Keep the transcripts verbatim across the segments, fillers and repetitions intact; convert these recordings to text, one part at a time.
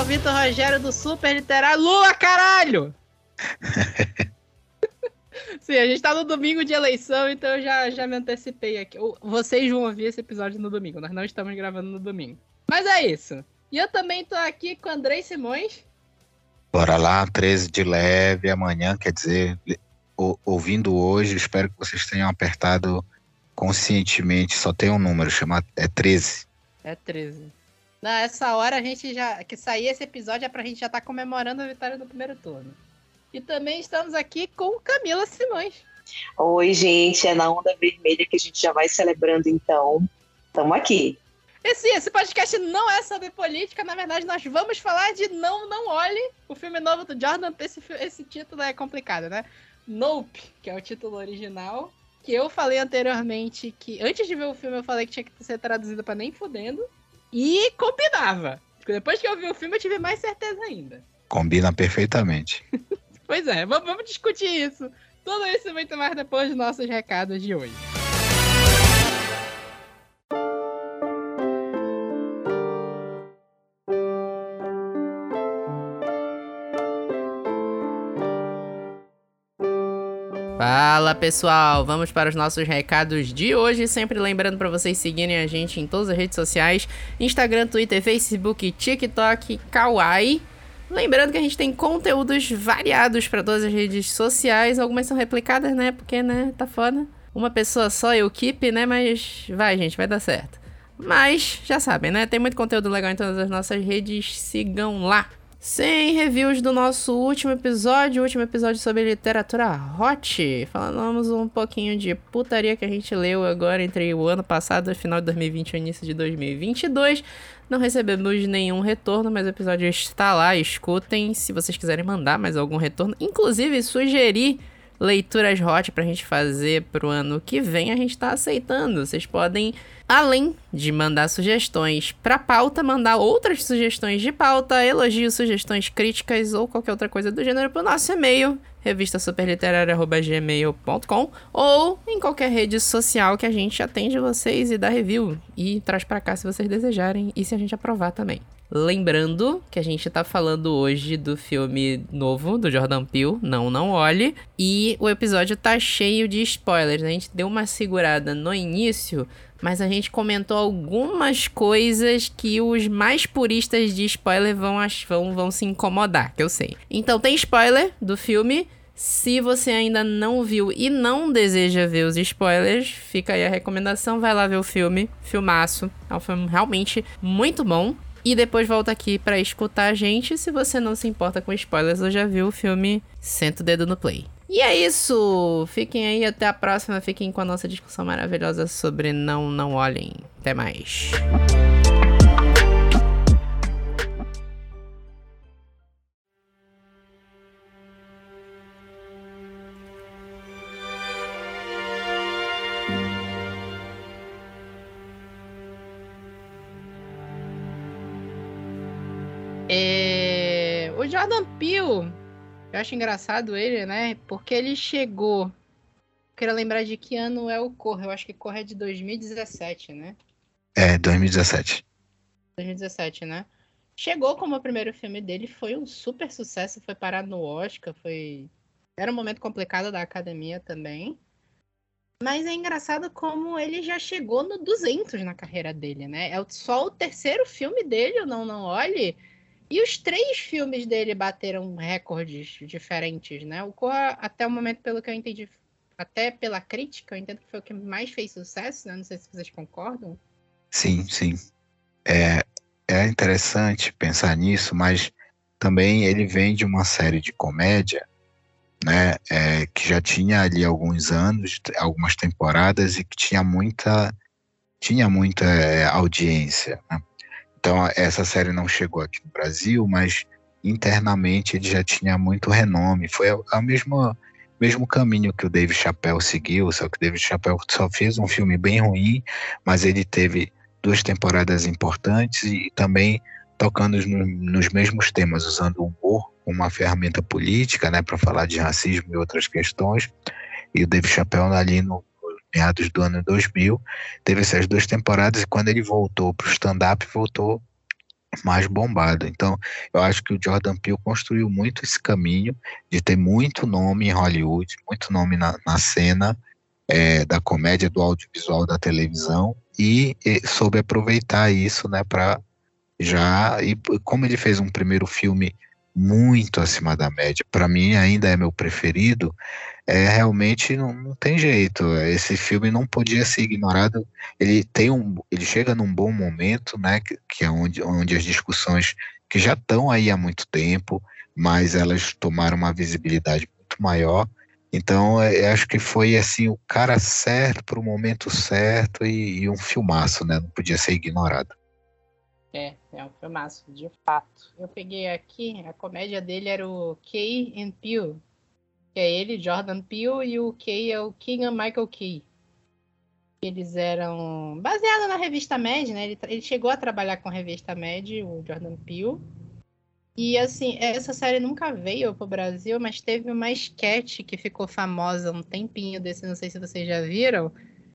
Vitor Rogério do Super Literário. Lula, caralho! Sim, a gente tá no domingo de eleição, então eu já, já me antecipei aqui. Vocês vão ouvir esse episódio no domingo, nós não estamos gravando no domingo. Mas é isso. E eu também tô aqui com o Andrei Simões. Bora lá, treze de leve, amanhã, quer dizer, ouvindo hoje, espero que vocês tenham apertado conscientemente, só tem um número, chamado, é treze. É treze. Nessa hora a gente já, que sair esse episódio é pra gente já estar tá comemorando a vitória do primeiro turno. E também estamos aqui com Camila Simões. Oi, gente, é na onda vermelha que a gente já vai celebrando, então. Estamos aqui. Esse, esse podcast não é sobre política, na verdade nós vamos falar de Não, Não Olhe, o filme novo do Jordan. Esse, esse título é complicado, né? Nope, que é o título original, que eu falei anteriormente que, antes de ver o filme, eu falei que tinha que ser traduzido pra Nem Fudendo, e combinava. Depois que eu vi o filme, eu tive mais certeza ainda. Combina perfeitamente. Pois é, vamos, vamos discutir isso. Tudo isso e muito mais depois dos nossos recados de hoje. Fala pessoal, vamos para os nossos recados de hoje, sempre lembrando para vocês seguirem a gente em todas as redes sociais, Instagram, Twitter, Facebook, TikTok, Kawaii. Lembrando que a gente tem conteúdos variados para todas as redes sociais, algumas são replicadas, né, porque, né, tá foda. Uma pessoa só, eu keep, né, mas vai gente, vai dar certo. Mas, já sabem, né, tem muito conteúdo legal em todas as nossas redes, sigam lá. Sem reviews do nosso último episódio, último episódio sobre literatura hot. Falamos um pouquinho de putaria que a gente leu agora entre o ano passado, final de dois mil e vinte e início de dois mil e vinte e dois. Não recebemos nenhum retorno, mas o episódio está lá, escutem se vocês quiserem mandar mais algum retorno. Inclusive, sugerir leituras hot pra gente fazer pro ano que vem, a gente tá aceitando. Vocês podem, além de mandar sugestões pra pauta, mandar outras sugestões de pauta, elogios, sugestões, críticas ou qualquer outra coisa do gênero pro nosso e-mail, revista superliterária arroba gmail ponto com, ou em qualquer rede social que a gente atende vocês e dá review e traz pra cá se vocês desejarem e se a gente aprovar também. Lembrando que a gente tá falando hoje do filme novo do Jordan Peele, Não, Não Olhe, e o episódio tá cheio de spoilers. A gente deu uma segurada no início, mas a gente comentou algumas coisas que os mais puristas de spoiler vão, vão, vão se incomodar, que eu sei. Então tem spoiler do filme. Se você ainda não viu e não deseja ver os spoilers, fica aí a recomendação, vai lá ver o filme, filmaço, é um filme realmente muito bom. E depois volta aqui pra escutar a gente. Se você não se importa com spoilers ou já viu o filme, senta o dedo no play. E é isso! Fiquem aí, até a próxima. Fiquem com a nossa discussão maravilhosa sobre Não, Não Olhem. Até mais! É... O Jordan Peele, eu acho engraçado ele, né? Porque ele chegou... Queria lembrar de que ano é o Corra. Eu acho que Corra é de dois mil e dezessete, né? É, dois mil e dezessete. dois mil e dezessete, né? Chegou como o primeiro filme dele, foi um super sucesso, foi parado no Oscar, foi... Era um momento complicado da academia também. Mas é engraçado como ele já chegou no duzentos na carreira dele, né? É só o terceiro filme dele, o Não, Não Olhe... E os três filmes dele bateram recordes diferentes, né? O Corra, até o momento, pelo que eu entendi, até pela crítica, eu entendo que foi o que mais fez sucesso, né? Não sei se vocês concordam. Sim, sim. É, é interessante pensar nisso, mas também ele vem de uma série de comédia, né? É, que já tinha ali alguns anos, algumas temporadas, e que tinha muita, tinha muita é, audiência, né? Então, essa série não chegou aqui no Brasil, mas internamente ele já tinha muito renome. Foi o mesmo, mesmo caminho que o Dave Chappelle seguiu, só que o Dave Chappelle só fez um filme bem ruim, mas ele teve duas temporadas importantes e também tocando no, nos mesmos temas, usando o humor como uma ferramenta política, né, para falar de racismo e outras questões. E o Dave Chappelle ali no meados do ano dois mil, teve essas duas temporadas, e quando ele voltou para o stand-up, voltou mais bombado. Então, eu acho que o Jordan Peele construiu muito esse caminho de ter muito nome em Hollywood, muito nome na, na cena é, da comédia, do audiovisual, da televisão, e, e soube aproveitar isso, né, para já, e como ele fez um primeiro filme muito acima da média, para mim ainda é meu preferido, é realmente não, não tem jeito, esse filme não podia ser ignorado, ele tem um, ele chega num bom momento, né, que, que é onde, onde as discussões que já estão aí há muito tempo, mas elas tomaram uma visibilidade muito maior, então eu acho que foi assim o cara certo para o momento certo e, e um filmaço, né, não podia ser ignorado. É, é um filmaço, de fato. Eu peguei aqui, a comédia dele era o Key and Peele, que é ele, Jordan Peele, e o Key é o Keegan Michael Key. Eles eram baseados na revista Mad, né? Ele, ele chegou a trabalhar com a revista Mad, o Jordan Peele. E assim, essa série nunca veio pro Brasil, mas teve uma sketch que ficou famosa um tempinho desse, não sei se vocês já viram,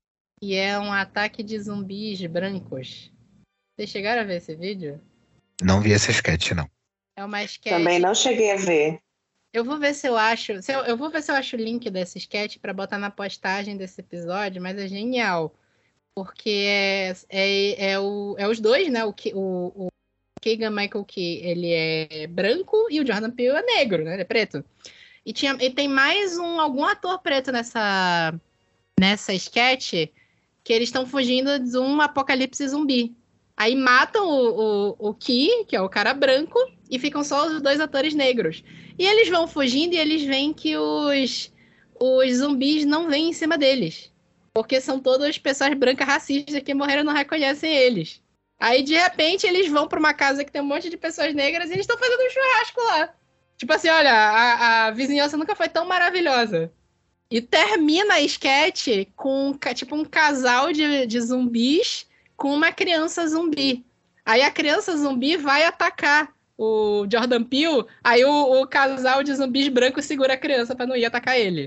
e é um ataque de zumbis brancos. Vocês chegaram a ver esse vídeo? Não vi essa sketch, não. É uma sketch. Também não cheguei a ver. Eu vou ver se eu acho. Se eu, eu vou ver se eu acho o link dessa sketch pra botar na postagem desse episódio, mas é genial. Porque é, é, é, o, é os dois, né? O, o, o Keegan Michael Key, ele é branco e o Jordan Peele é negro, né? Ele é preto. E, tinha, e tem mais um, algum ator preto nessa, nessa sketch que eles estão fugindo de um apocalipse zumbi. Aí matam o, o, o Key, que é o cara branco, e ficam só os dois atores negros. E eles vão fugindo e eles veem que os, os zumbis não vêm em cima deles. Porque são todas pessoas brancas racistas que morreram e não reconhecem eles. Aí, de repente, eles vão pra uma casa que tem um monte de pessoas negras e eles estão fazendo um churrasco lá. Tipo assim, olha, a, a vizinhança nunca foi tão maravilhosa. E termina a sketch com tipo um casal de, de zumbis com uma criança zumbi. Aí a criança zumbi vai atacar o Jordan Peele, aí o, o casal de zumbis brancos segura a criança pra não ir atacar ele.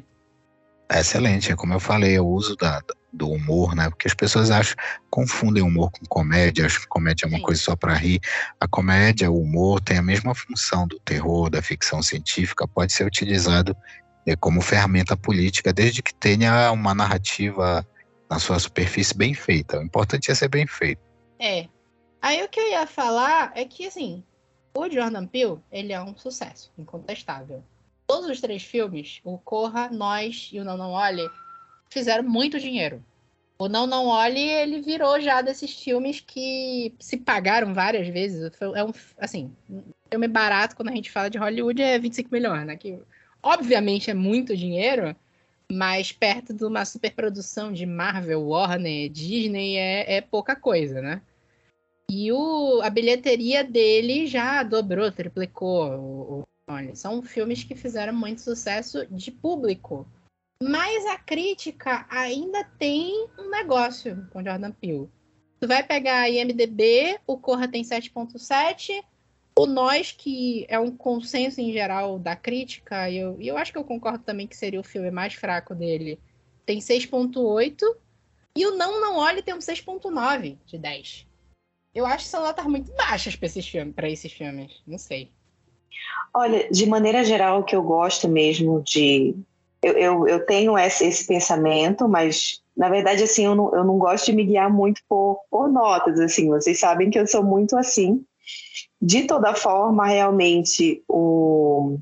É excelente, é como eu falei, é o uso da, do humor, né? Porque as pessoas acham, confundem humor com comédia, acham que comédia é uma Sim. coisa só para rir. A comédia, o humor, tem a mesma função do terror, da ficção científica, pode ser utilizado é, como ferramenta política, desde que tenha uma narrativa na sua superfície bem feita. O importante é ser bem feito. É. Aí o que eu ia falar é que, assim, o Jordan Peele, ele é um sucesso, incontestável. Todos os três filmes, o Corra, Nós e o Não Não Olhe, fizeram muito dinheiro. O Não Não Olhe, ele virou já desses filmes que se pagaram várias vezes. É um, assim, filme barato quando a gente fala de Hollywood é vinte e cinco milhões, né? Que obviamente é muito dinheiro, mas perto de uma superprodução de Marvel, Warner, Disney é, é pouca coisa, né? E o, a bilheteria dele já dobrou, triplicou. O, o, olha, são filmes que fizeram muito sucesso de público. Mas a crítica ainda tem um negócio com Jordan Peele. Tu vai pegar a I M D B, o Corra tem sete ponto sete, o Nós, que é um consenso em geral da crítica, e eu, eu acho que eu concordo também que seria o filme mais fraco dele, tem seis ponto oito, e o Não Não Olhe tem um seis ponto nove de dez. Eu acho que são notas muito baixas para esses filmes, para esses filmes, não sei. Olha, de maneira geral, o que eu gosto mesmo de... Eu, eu, eu tenho esse, esse pensamento, mas, na verdade, assim, eu não, eu não gosto de me guiar muito por, por notas, assim. Vocês sabem que eu sou muito assim. De toda forma, realmente, o,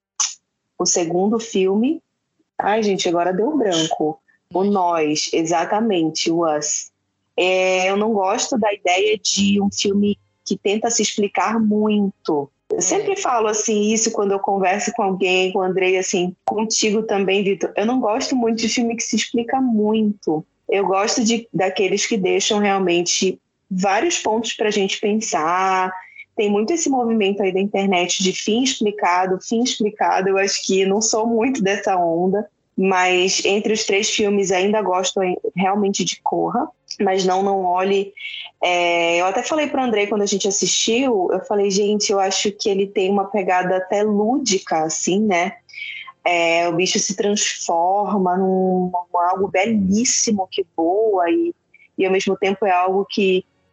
o segundo filme... Ai, gente, agora deu branco. O Nós, exatamente, o Us. É, eu não gosto da ideia de um filme que tenta se explicar muito. Eu sempre falo assim, isso quando eu converso com alguém, com o Andrei, assim, contigo também, Vitor. Eu não gosto muito de filme que se explica muito. Eu gosto de, daqueles que deixam realmente vários pontos para a gente pensar. Tem muito esse movimento aí da internet de fim explicado, fim explicado. Eu acho que não sou muito dessa onda, mas entre os três filmes ainda gosto realmente de Corra, mas Não Não Olhe. É, eu até falei para o Andrei quando a gente assistiu, eu falei, gente, eu acho que ele tem uma pegada até lúdica, assim, né? É, o bicho se transforma num, num algo belíssimo que voa e, e ao mesmo tempo é algo que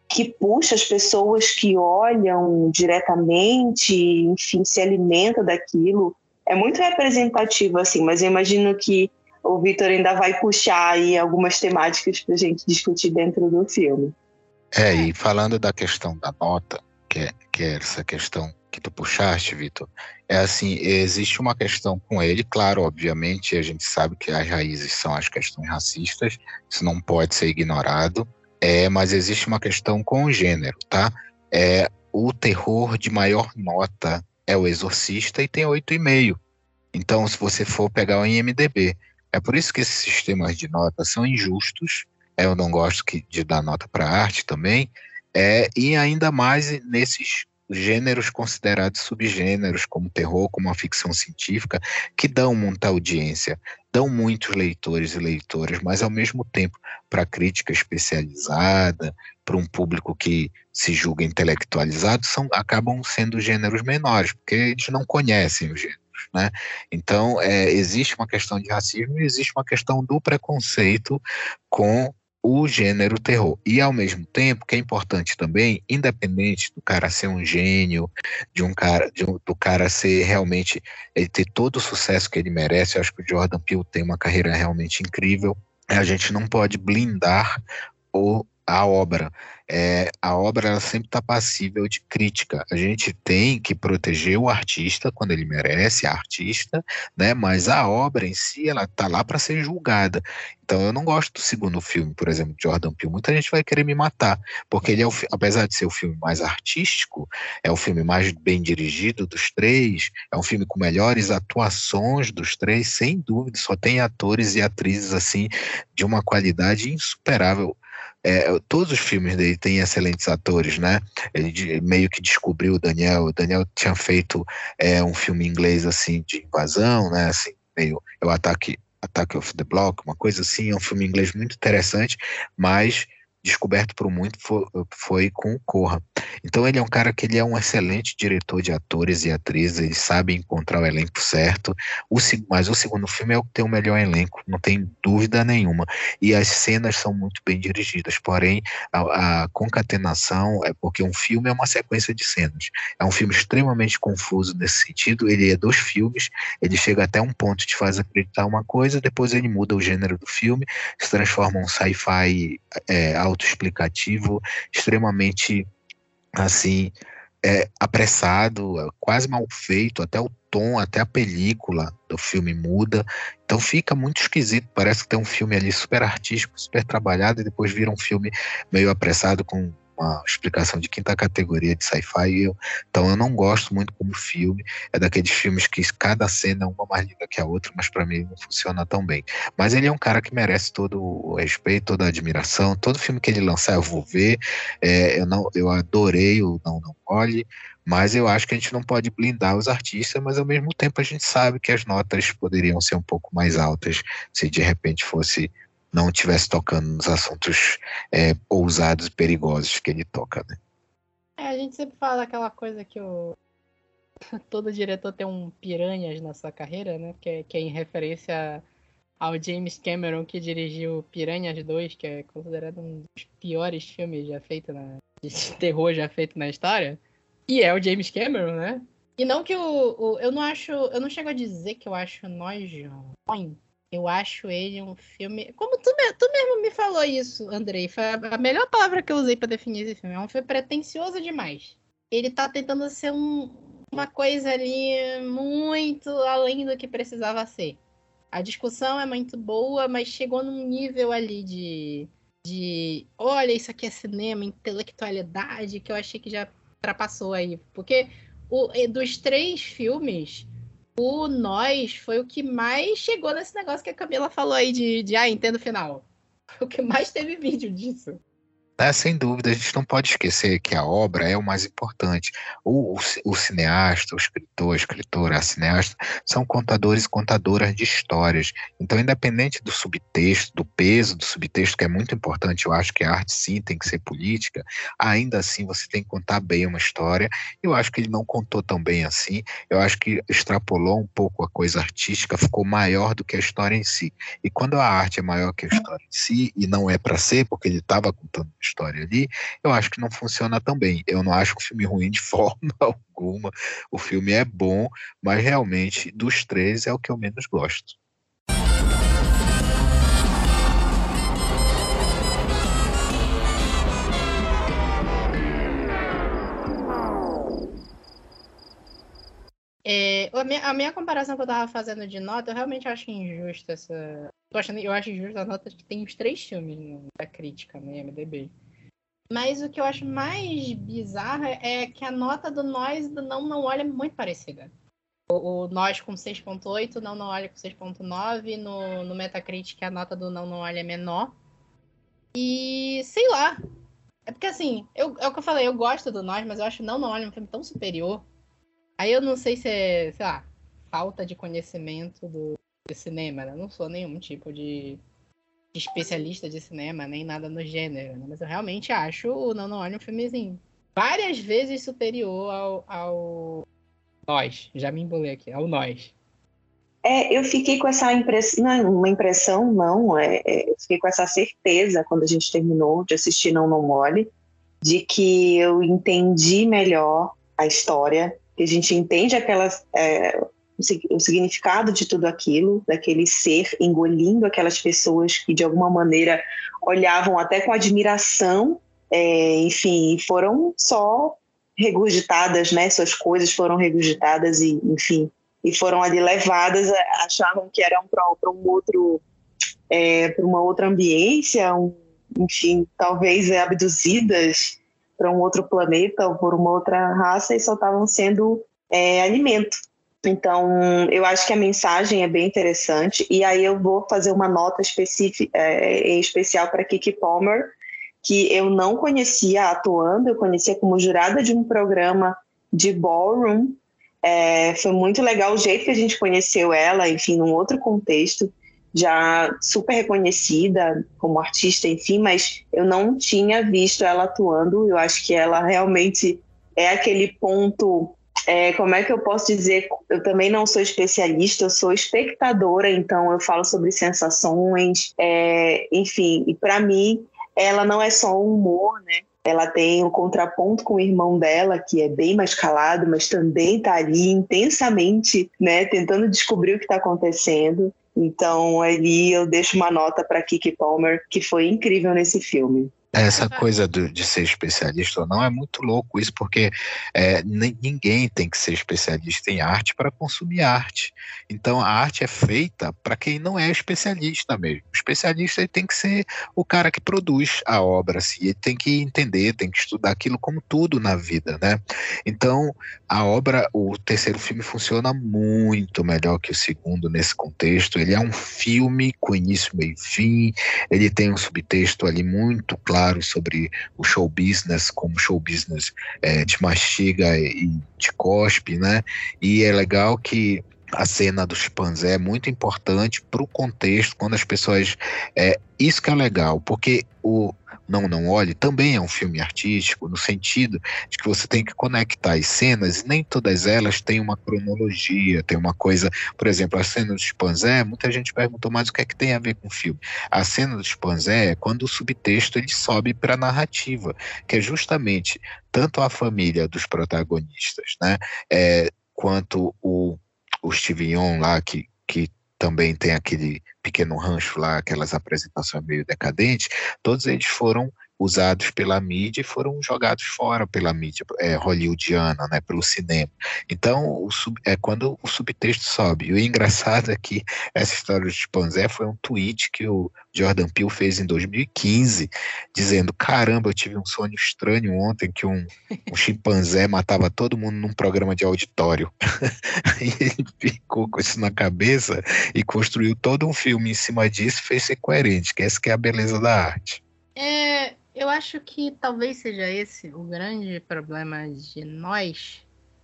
que puxa as pessoas que olham diretamente, enfim, se alimentam daquilo. É muito representativo, assim, mas eu imagino que o Vitor ainda vai puxar aí algumas temáticas para a gente discutir dentro do filme. É, e falando da questão da nota, que é, que é essa questão que tu puxaste, Vitor, é assim, existe uma questão com ele, claro, obviamente, a gente sabe que as raízes são as questões racistas, isso não pode ser ignorado, é, mas existe uma questão com o gênero, tá? É, o terror de maior nota é O Exorcista e tem oito e meio. Então, se você for pegar o I M D B, é por isso que esses sistemas de nota são injustos. É, eu não gosto que, de dar nota para arte também, é, e ainda mais nesses gêneros considerados subgêneros, como terror, como a ficção científica, que dão muita audiência, dão muitos leitores e leitoras, mas ao mesmo tempo, para crítica especializada, para um público que se julga intelectualizado, são, acabam sendo gêneros menores, porque eles não conhecem os gêneros. Né? Então, é, existe uma questão de racismo e existe uma questão do preconceito com o gênero terror. E, ao mesmo tempo, que é importante também, independente do cara ser um gênio, de um cara, de um, do cara ser realmente, ele ter todo o sucesso que ele merece, eu acho que o Jordan Peele tem uma carreira realmente incrível, a gente não pode blindar o a obra. É, a obra ela sempre está passível de crítica. A gente tem que proteger o artista quando ele merece, a artista, né? Mas a obra em si ela está lá para ser julgada. Então eu não gosto do segundo filme, por exemplo, de Jordan Peele. Muita gente vai querer me matar, porque ele é o, apesar de ser o filme mais artístico, é o filme mais bem dirigido dos três, é um filme com melhores atuações dos três, sem dúvida. Só tem atores e atrizes assim de uma qualidade insuperável. É, todos os filmes dele têm excelentes atores, né? Ele de, meio que descobriu o Daniel. O Daniel tinha feito é, um filme inglês assim de invasão, né? Assim, meio é o Ataque, Attack of the Block, uma coisa assim. É um filme inglês muito interessante, mas descoberto por muito foi, foi com o Corra. Então ele é um cara que ele é um excelente diretor de atores e atrizes, ele sabe encontrar o elenco certo, o, mas o segundo filme é o que tem o melhor elenco, não tem dúvida nenhuma, e as cenas são muito bem dirigidas, porém a, a concatenação é porque um filme é uma sequência de cenas, é um filme extremamente confuso nesse sentido, ele é dois filmes, ele chega até um ponto de fazer acreditar uma coisa, depois ele muda o gênero do filme, se transforma um sci-fi é, autoexplicativo, extremamente assim, é, apressado, quase mal feito, até o tom, até a película do filme muda, então fica muito esquisito, parece que tem um filme ali super artístico, super trabalhado, e depois vira um filme meio apressado com uma explicação de quinta categoria de sci-fi, eu, então eu não gosto muito como filme, é daqueles filmes que cada cena é uma mais linda que a outra, mas para mim não funciona tão bem, mas ele é um cara que merece todo o respeito, toda a admiração, todo filme que ele lançar eu vou ver, é, eu, não, eu adorei o Não Não Olhe, mas eu acho que a gente não pode blindar os artistas, mas ao mesmo tempo a gente sabe que as notas poderiam ser um pouco mais altas se de repente fosse não estivesse tocando nos assuntos é, ousados e perigosos que ele toca, né? É, a gente sempre fala aquela coisa que o... todo diretor tem um piranhas na sua carreira, né? Que é, que é em referência ao James Cameron, que dirigiu Piranhas dois, que é considerado um dos piores filmes já feito na... de terror já feito na história. E é o James Cameron, né? E não que o... o eu não acho... Eu não chego a dizer que eu acho Nós ruim. Eu acho ele um filme... Como tu, tu mesmo me falou isso, Andrei, foi a melhor palavra que eu usei pra definir esse filme. É um filme pretensioso demais. Ele tá tentando ser um, uma coisa ali muito além do que precisava ser. A discussão é muito boa, mas chegou num nível ali de... de olha, isso aqui é cinema, intelectualidade, que eu achei que já ultrapassou aí. Porque o, dos três filmes... O Nós foi o que mais chegou nesse negócio que a Camila falou aí de, de ah, entendo o final. O que mais teve vídeo disso. É, sem dúvida, a gente não pode esquecer que a obra é o mais importante. O, o, o cineasta, o escritor, a escritora, a cineasta, são contadores e contadoras de histórias. Então, independente do subtexto, do peso do subtexto, que é muito importante, eu acho que a arte sim tem que ser política, ainda assim você tem que contar bem uma história. Eu acho que ele não contou tão bem assim, eu acho que extrapolou um pouco a coisa artística, ficou maior do que a história em si. E quando a arte é maior que a história em si, e não é para ser, porque ele estava contando uma história ali, eu acho que não funciona tão bem. Eu não acho que o filme é ruim de forma alguma. O filme é bom, mas realmente, dos três, é o que eu menos gosto. É, a, minha, a minha comparação que eu tava fazendo de nota, eu realmente acho injusta essa. Tô achando, eu acho injusta a nota que tem os três filmes no- da crítica no I M D B. Mas o que eu acho mais bizarro é que a nota do Nós e do Não Não Olha é muito parecida. O, o Nós com seis ponto oito, Não Não Olha com seis ponto nove, no, no Metacritic a nota do Não Não Olha é menor. E sei lá. É porque assim, eu, é o que eu falei, eu gosto do Nós, mas eu acho Não Não Olha um filme tão superior. Aí eu não sei se é, sei lá, falta de conhecimento do, de cinema, né? Eu não sou nenhum tipo de, de especialista de cinema, nem nada no gênero, né? Mas eu realmente acho o Não Não Olha um filme, assim, várias vezes superior ao, ao Nós. Já me embolei aqui, ao Nós. É, eu fiquei com essa impressão, não é uma impressão, não, é, é, eu fiquei com essa certeza quando a gente terminou de assistir Não Não Mole, de que eu entendi melhor a história, que a gente entende aquelas, é, o significado de tudo aquilo, daquele ser engolindo aquelas pessoas que de alguma maneira olhavam até com admiração, é, enfim, foram só regurgitadas, né? Suas coisas foram regurgitadas e, enfim, e foram ali levadas, achavam que eram para um outro, é, para uma outra ambiência, um, enfim, talvez é, abduzidas para um outro planeta ou por uma outra raça e só estavam sendo é, alimento. Então, eu acho que a mensagem é bem interessante e aí eu vou fazer uma nota específica, é, em especial para Keke Palmer, que eu não conhecia atuando, eu conhecia como jurada de um programa de ballroom. É, foi muito legal o jeito que a gente conheceu ela, enfim, num outro contexto, já super reconhecida como artista, enfim, mas eu não tinha visto ela atuando. Eu acho que ela realmente é aquele ponto, é, como é que eu posso dizer, eu também não sou especialista, eu sou espectadora, então eu falo sobre sensações, é, enfim, e para mim ela não é só um humor, né? Ela tem um contraponto com o irmão dela, que é bem mais calado, mas também está ali intensamente, né, tentando descobrir o que está acontecendo. Então, ali eu deixo uma nota para Keke Palmer, que foi incrível nesse filme. Essa coisa do, de ser especialista ou não é muito louco isso, porque é, ninguém tem que ser especialista em arte para consumir arte. Então a arte é feita para quem não é especialista mesmo. O especialista ele tem que ser o cara que produz a obra, assim, ele tem que entender, tem que estudar aquilo como tudo na vida, né? Então a obra, o terceiro filme funciona muito melhor que o segundo nesse contexto. Ele é um filme com início, meio e fim, ele tem um subtexto ali muito claro sobre o show business, como o show business é, te mastiga e te cospe, né? E é legal que a cena do chimpanzé é muito importante para o contexto, quando as pessoas... É, isso que é legal, porque o Não Não Olhe também é um filme artístico, no sentido de que você tem que conectar as cenas, e nem todas elas têm uma cronologia, tem uma coisa... Por exemplo, a cena do chimpanzé, muita gente perguntou, mas o que é que tem a ver com o filme? A cena do chimpanzé é quando o subtexto ele sobe para a narrativa, que é justamente tanto a família dos protagonistas, né, é, quanto o o Steve Yeun lá, que, que também tem aquele pequeno rancho lá, aquelas apresentações meio decadentes, todos eles foram usados pela mídia e foram jogados fora pela mídia é, hollywoodiana, né, pelo cinema. Então, o sub, é quando o subtexto sobe. E o engraçado é que essa história do chimpanzé foi um tweet que o Jordan Peele fez em dois mil e quinze, dizendo, caramba, eu tive um sonho estranho ontem que um, um chimpanzé matava todo mundo num programa de auditório. E ele ficou com isso na cabeça e construiu todo um filme em cima disso e fez ser coerente, que essa que é a beleza da arte. É, eu acho que talvez seja esse o grande problema de Nós,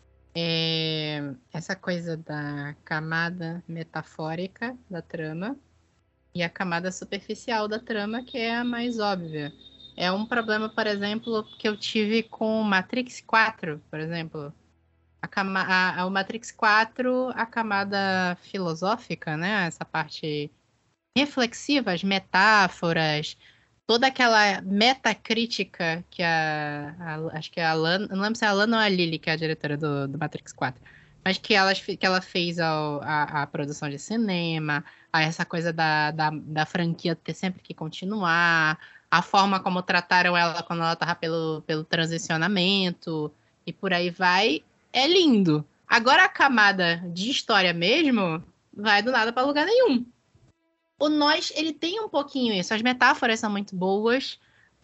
é essa coisa da camada metafórica da trama e a camada superficial da trama, que é a mais óbvia. É um problema, por exemplo, que eu tive com Matrix quatro, por exemplo. A cama, a, a, o Matrix quatro, a camada filosófica, né? Essa parte reflexiva, as metáforas, toda aquela metacrítica que a, a acho que é a Lana, não lembro se é a Lana ou a Lily, que é a diretora do, do Matrix quatro, mas que ela, que ela fez ao, a, a produção de cinema, a essa coisa da, da, da franquia ter sempre que continuar, a forma como trataram ela quando ela tava pelo, pelo transicionamento, e por aí vai, é lindo. Agora a camada de história mesmo vai do nada para lugar nenhum. O Nós, ele tem um pouquinho isso. As metáforas são muito boas.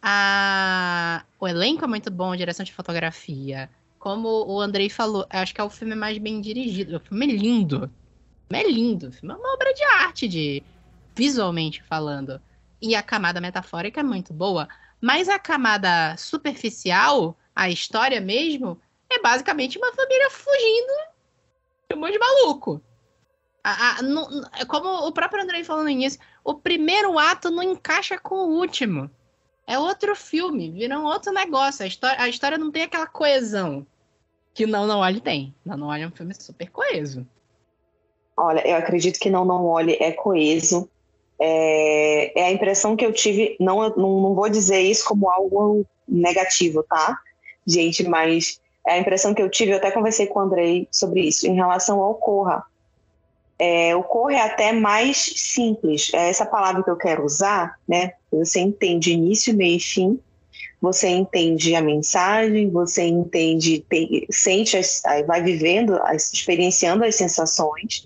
A... O elenco é muito bom, a direção de fotografia. Como o Andrei falou, acho que é o filme mais bem dirigido. O filme é lindo. O filme é lindo. O filme é uma obra de arte, de... visualmente falando. E a camada metafórica é muito boa. Mas a camada superficial, a história mesmo, é basicamente uma família fugindo de um monte de maluco. A, a, no, como o próprio Andrei falou no início, o primeiro ato não encaixa com o último. É outro filme, vira um outro negócio. A história, a história não tem aquela coesão que o Não Não Olhe tem. Não Não Olhe é um filme super coeso. Olha, eu acredito que Não Não Olhe é coeso. É, é a impressão que eu tive, não, não, não vou dizer isso como algo negativo, tá, gente? Mas é a impressão que eu tive, eu até conversei com o Andrei sobre isso, em relação ao Corra. É, o Corra é até mais simples, é essa palavra que eu quero usar, né? Você entende início, meio e fim, você entende a mensagem, você entende, tem, sente, as, vai vivendo, as, experienciando as sensações,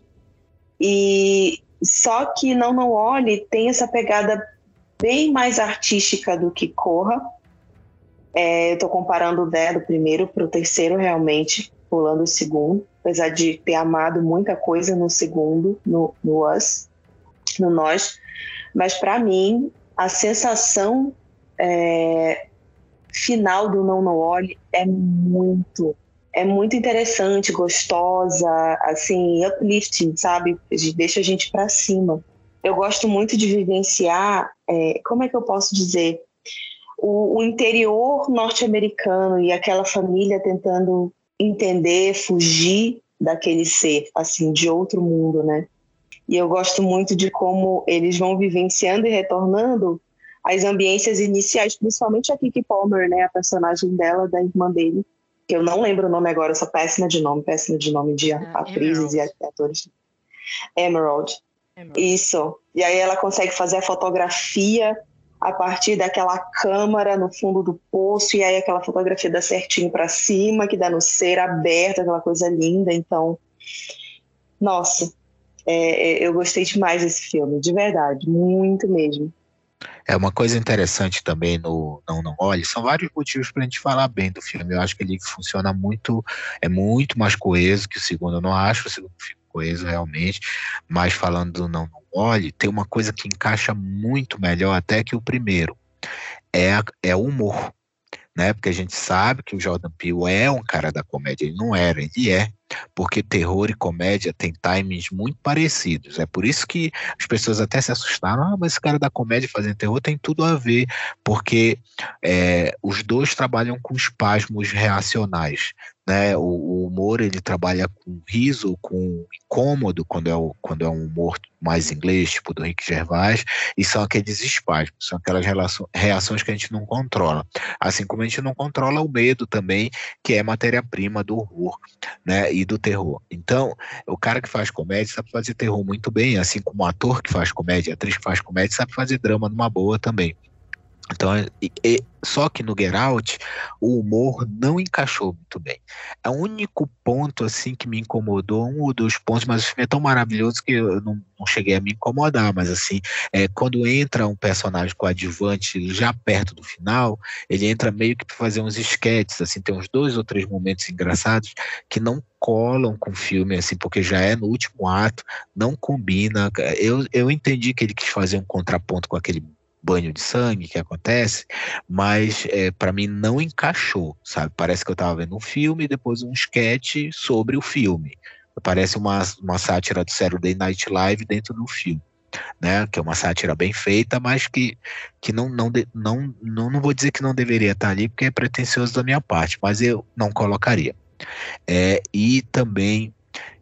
e só que Não Não Olhe tem essa pegada bem mais artística do que Corra. É, eu estou comparando, né, do primeiro para o terceiro, realmente, pulando o segundo, apesar de ter amado muita coisa no segundo, no, no Us, no Nós. Mas, para mim, a sensação é, final do Não Não Olhe é muito, é muito interessante, gostosa, assim, uplifting, sabe? Deixa a gente para cima. Eu gosto muito de vivenciar, é, como é que eu posso dizer? O, o interior norte-americano e aquela família tentando entender, fugir daquele ser, assim, de outro mundo, né? E eu gosto muito de como eles vão vivenciando e retornando às ambiências iniciais, principalmente a Keke Palmer, né? A personagem dela, da irmã dele, que eu não lembro o nome agora, eu sou péssima de nome, péssima de nome de Ah, atrizes Emerald. e atores. Emerald. Emerald. Isso. E aí ela consegue fazer a fotografia a partir daquela câmara no fundo do poço, e aí aquela fotografia dá certinho para cima, que dá no ser aberto, aquela coisa linda. Então, nossa, é, é, eu gostei demais desse filme, de verdade, muito mesmo. É uma coisa interessante também no Não Não Olhe, são vários motivos para a gente falar bem do filme. Eu acho que ele funciona muito, é muito mais coeso que o segundo. Eu não acho o segundo filme coeso realmente, mas falando do Não Não Olhe, tem uma coisa que encaixa muito melhor até que o primeiro, é, a, é o humor, né? Porque a gente sabe que o Jordan Peele é um cara da comédia, ele não era, ele é, porque terror e comédia têm timings muito parecidos. É por isso que as pessoas até se assustaram, ah, mas esse cara da comédia fazendo terror tem tudo a ver, porque é, os dois trabalham com espasmos reacionais, né? O, o humor, ele trabalha com riso, com incômodo, quando é, o, quando é um humor mais inglês, tipo do Rick Gervais, e são aqueles espasmos, são aquelas relações, reações que a gente não controla. Assim como a gente não controla o medo também, que é matéria-prima do horror, né, e do terror. Então, o cara que faz comédia sabe fazer terror muito bem, assim como o ator que faz comédia, a atriz que faz comédia sabe fazer drama numa boa também. Então, e, e, só que no Get Out, o humor não encaixou muito bem. É o único ponto, assim, que me incomodou, um ou dois pontos, mas o filme é tão maravilhoso que eu não, não cheguei a me incomodar, mas assim, é, quando entra um personagem coadjuvante já perto do final, ele entra meio que para fazer uns esquetes, assim, tem uns dois ou três momentos engraçados que não colam com o filme, assim, porque já é no último ato, não combina. Eu, eu entendi que ele quis fazer um contraponto com aquele banho de sangue que acontece, mas é, para mim não encaixou, sabe? Parece que eu estava vendo um filme e depois um sketch sobre o filme. Parece uma, uma sátira do Saturday Night Live dentro do filme, né? Que é uma sátira bem feita, mas que, que não, não, não, não, não vou dizer que não deveria estar ali, porque é pretensioso da minha parte, mas eu não colocaria. É, e também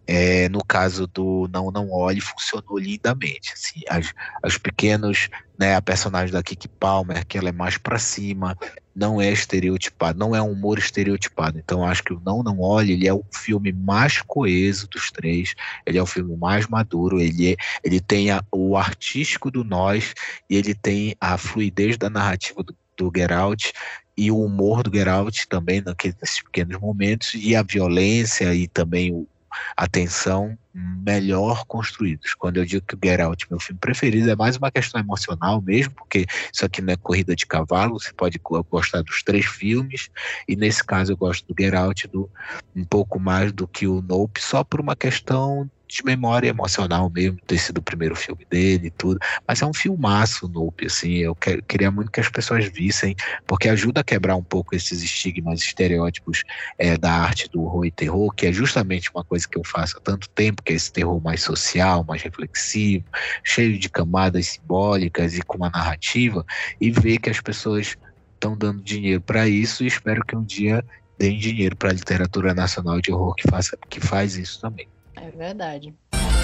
É, no caso do Não Não Olhe, funcionou lindamente. Assim, as, os pequenos, né, a personagem da Keke Palmer, que ela é mais pra cima, não é estereotipado, não é um humor estereotipado. Então, acho que o Não Não Olhe, ele é o filme mais coeso dos três, ele é o filme mais maduro, ele, é, ele tem a, o artístico do nós, e ele tem a fluidez da narrativa do, do Get Out, e o humor do Get Out também, naqueles pequenos momentos, e a violência, e também o a tensão melhor construídos. Quando eu digo que o Get Out, meu filme preferido, é mais uma questão emocional mesmo, porque isso aqui não é corrida de cavalo, você pode gostar dos três filmes, e nesse caso eu gosto do Get Out do, um pouco mais do que o Nope, só por uma questão de memória emocional mesmo, ter sido o primeiro filme dele e tudo, mas é um filmaço, Nope, assim, eu que, queria muito que as pessoas vissem, porque ajuda a quebrar um pouco esses estigmas, estereótipos é, da arte do horror e terror, que é justamente uma coisa que eu faço há tanto tempo, que é esse terror mais social, mais reflexivo, cheio de camadas simbólicas e com uma narrativa, e ver que as pessoas estão dando dinheiro para isso, e espero que um dia deem dinheiro para a literatura nacional de horror que, faça, que faz isso também. É verdade.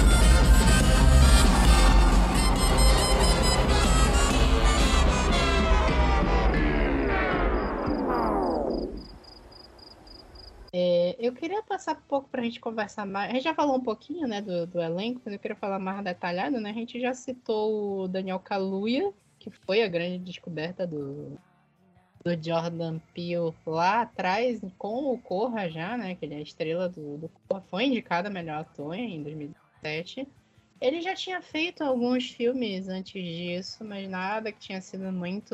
É, eu queria passar um pouco para a gente conversar mais. A gente já falou um pouquinho, né, do, do elenco, mas eu queria falar mais detalhado, né? A gente já citou o Daniel Kaluuya, que foi a grande descoberta do, do Jordan Peele lá atrás, com o Corra já, né? Que ele é a estrela do, do Corra. Foi indicado a melhor ator em dois mil e dezessete. Ele já tinha feito alguns filmes antes disso, mas nada que tinha sido muito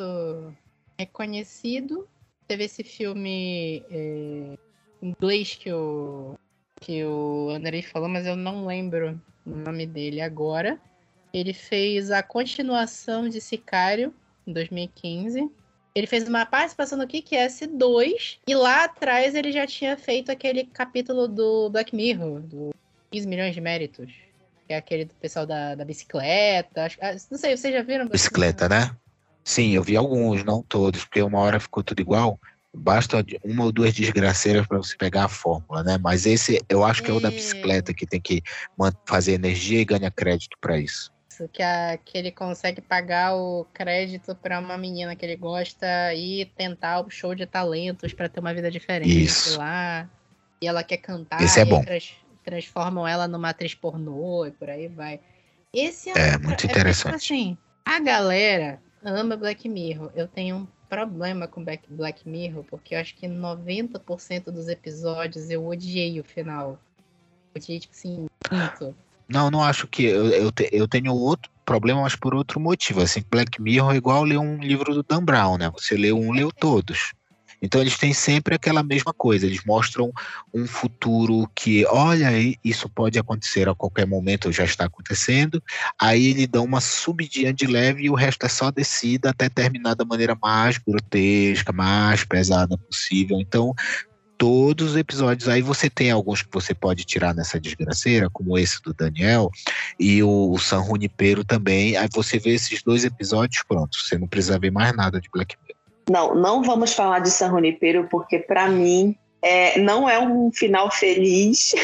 reconhecido. Teve esse filme... É... inglês que o, que o Andrei falou, mas eu não lembro o nome dele agora. Ele fez a continuação de Sicário, em dois mil e quinze. Ele fez uma participação no Kick Ass dois, e lá atrás ele já tinha feito aquele capítulo do Black Mirror, do quinze milhões de méritos, que é aquele do pessoal da, da bicicleta. Acho, não sei, vocês já viram? Bicicleta, né? Sim, eu vi alguns, não todos, porque uma hora ficou tudo igual. Basta uma ou duas desgraceiras para você pegar a fórmula, né? Mas esse eu acho que é o da bicicleta, que tem que fazer energia e ganha crédito para isso. Isso, que, a, que ele consegue pagar o crédito para uma menina que ele gosta e tentar o show de talentos para ter uma vida diferente isso. lá. E ela quer cantar, esse é e bom. Trans, transformam ela numa atriz pornô e por aí vai. Esse é, é um, muito é, interessante. É, assim, a galera ama Black Mirror. Eu tenho um problema com Black Mirror, porque eu acho que noventa por cento dos episódios eu odiei o final. Odiei, tipo assim, muito. Não, não acho que... Eu, eu, te, eu tenho outro problema, mas por outro motivo. Assim, Black Mirror é igual ler um livro do Dan Brown, né? Você lê um, leu todos. Então eles têm sempre aquela mesma coisa. Eles mostram um futuro que, olha, isso pode acontecer a qualquer momento, já está acontecendo. Aí ele dá uma subidinha de leve e o resto é só descida até terminar da maneira mais grotesca, mais pesada possível. Então, todos os episódios, aí você tem alguns que você pode tirar nessa desgraceira, como esse do Daniel, e o, o San Junipero também. Aí você vê esses dois episódios, pronto, você não precisa ver mais nada de Black Mirror. Não, não vamos falar de San Junipero, porque para mim é, não é um final feliz.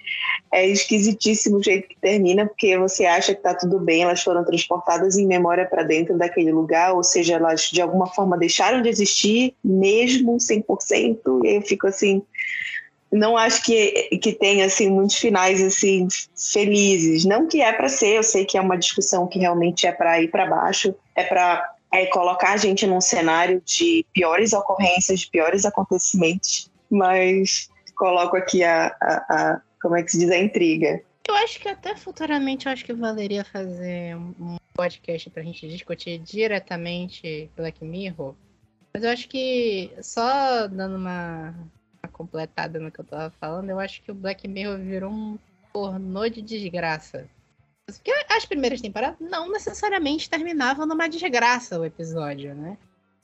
É esquisitíssimo o jeito que termina, porque você acha que tá tudo bem, elas foram transportadas em memória para dentro daquele lugar, ou seja, elas de alguma forma deixaram de existir, mesmo cem por cento, e aí eu fico assim, não acho que, que tenha assim, muitos finais assim, felizes. Não que é para ser, eu sei que é uma discussão que realmente é para ir para baixo, é para é colocar a gente num cenário de piores ocorrências, de piores acontecimentos, mas coloco aqui a, a, a como é que se diz, a intriga. Eu acho que até futuramente eu acho que valeria fazer um podcast pra gente discutir diretamente Black Mirror, mas eu acho que só dando uma, uma completada no que eu tava falando, eu acho que o Black Mirror virou um pornô de desgraça. Porque as primeiras temporadas não necessariamente terminavam numa desgraça o episódio, né?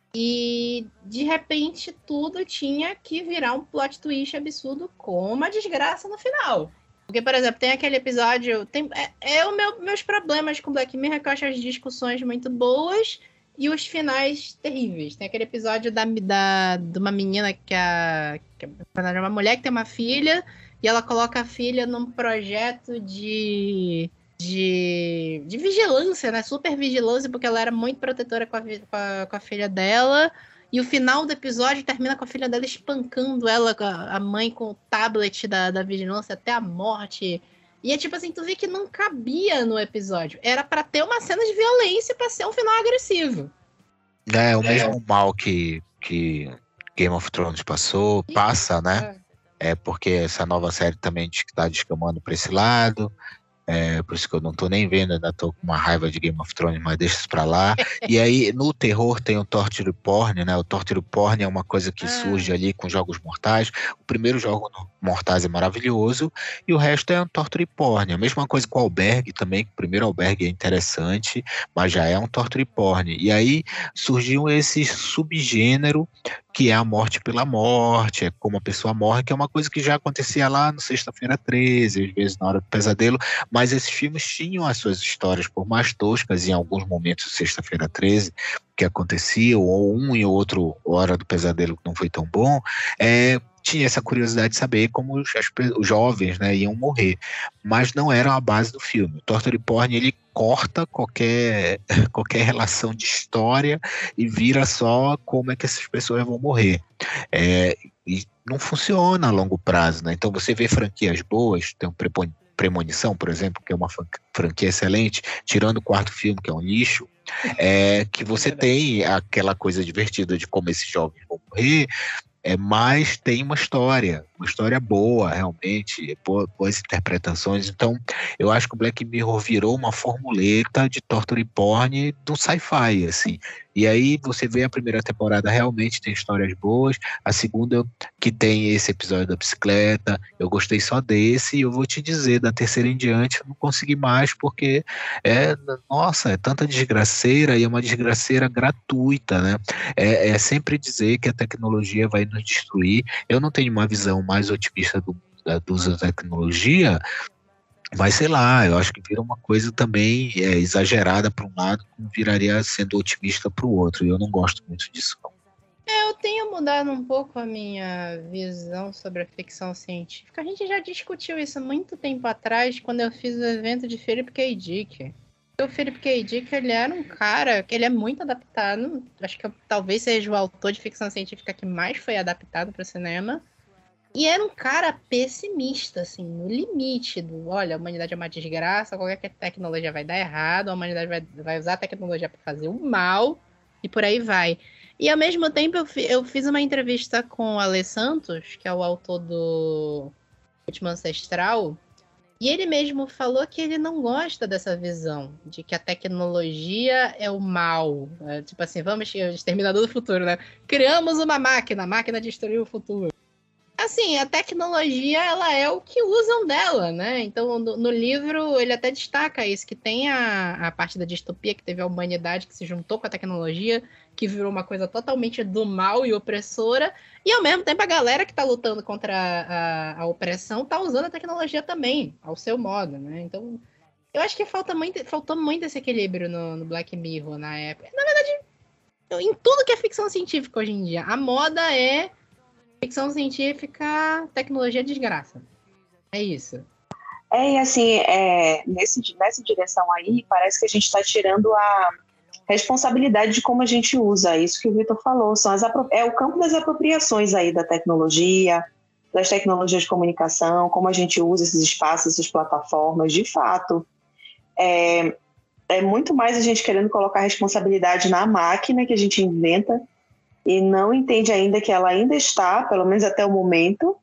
E, de repente, tudo tinha que virar um plot twist absurdo com uma desgraça no final. Porque, por exemplo, tem aquele episódio... Tem, é é os meu, meus problemas com Black Mirror, que eu acho as discussões muito boas e os finais terríveis. Tem aquele episódio da, da, de uma menina que é, que é uma mulher que tem uma filha e ela coloca a filha num projeto de, de, de vigilância, né? Super vigilância, porque ela era muito protetora com a, com a, com a filha dela. E o final do episódio termina com a filha dela espancando ela, a mãe com o tablet da, da vigilância até a morte. E é tipo assim, tu vê que não cabia no episódio. Era pra ter uma cena de violência pra ser um final agressivo. É, o mesmo mal que, que Game of Thrones passou, passa, né? É porque essa nova série também está descamando pra esse lado. É, por isso que eu não tô nem vendo, ainda tô com uma raiva de Game of Thrones, mas deixa isso pra lá. E aí, no terror, tem o Torture Porn, né? O Torture Porn é uma coisa que ah. surge ali com Jogos Mortais. O primeiro jogo Mortais é maravilhoso, e o resto é um Torture Porn. A mesma coisa com o Albergue também, que o primeiro Albergue é interessante, mas já é um Torture Porn. E aí, surgiu esse subgênero, que é a morte pela morte, é como a pessoa morre, que é uma coisa que já acontecia lá no Sexta-feira treze, às vezes na Hora do Pesadelo, mas esses filmes tinham as suas histórias, por mais toscas, em alguns momentos de Sexta-feira treze, que acontecia, ou um e outro Hora do Pesadelo que não foi tão bom, é, tinha essa curiosidade de saber como os, as, os jovens, né, iam morrer, mas não era a base do filme. O Torture Porn, ele corta qualquer, qualquer relação de história e vira só como é que essas pessoas vão morrer. É, e não funciona a longo prazo, né? Então você vê franquias boas, tem um Premonição, por exemplo, que é uma franquia excelente, tirando o quarto filme, que é um lixo, é, que você tem aquela coisa divertida de como esses jovens vão morrer, é, mas tem uma história, uma história boa, realmente, boas interpretações. Então, eu acho que o Black Mirror virou uma formuleta de torture porn do sci-fi, assim. E aí você vê a primeira temporada, realmente tem histórias boas, a segunda, que tem esse episódio da bicicleta, eu gostei só desse, e eu vou te dizer, da terceira em diante, eu não consegui mais, porque é, nossa, é tanta desgraceira, e é uma desgraceira gratuita, né? É, é sempre dizer que a tecnologia vai nos destruir. Eu não tenho uma visão mais otimista do, do uso da tecnologia, mas sei lá, eu acho que vira uma coisa também é, exagerada para um lado, como viraria sendo otimista para o outro, e eu não gosto muito disso, não. É, eu tenho mudado um pouco a minha visão sobre a ficção científica. A gente já discutiu isso muito tempo atrás, quando eu fiz o evento de Philip K. Dick. O Philip K. Dick, ele era um cara que ele é muito adaptado, acho que talvez seja o autor de ficção científica que mais foi adaptado para o cinema. E era um cara pessimista, assim, no limite do, olha, a humanidade é uma desgraça, qualquer tecnologia vai dar errado, a humanidade vai, vai usar a tecnologia para fazer o mal, e por aí vai. E, ao mesmo tempo, eu, fi, eu fiz uma entrevista com o Ale Santos, que é o autor do Último Ancestral, e ele mesmo falou que ele não gosta dessa visão, de que a tecnologia é o mal. É, tipo assim, vamos, Exterminador do Futuro, né? Criamos uma máquina, a máquina destruiu o futuro. Assim, a tecnologia, ela é o que usam dela, né? Então, no, no livro, ele até destaca isso, que tem a, a parte da distopia, que teve a humanidade que se juntou com a tecnologia, que virou uma coisa totalmente do mal e opressora, e ao mesmo tempo a galera que tá lutando contra a, a, a opressão tá usando a tecnologia também, ao seu modo, né? Então, eu acho que falta muito, faltou muito esse equilíbrio no, no Black Mirror na época. Na verdade, em tudo que é ficção científica hoje em dia, a moda é ficção científica, tecnologia desgraça. É isso. É, e assim, é, nesse, nessa direção aí, parece que a gente está tirando a responsabilidade de como a gente usa. Isso que o Vitor falou. São as, é o campo das apropriações aí da tecnologia, das tecnologias de comunicação, como a gente usa esses espaços, essas plataformas. De fato, é, é muito mais a gente querendo colocar a responsabilidade na máquina que a gente inventa, e não entende ainda que ela ainda está, pelo menos até o momento,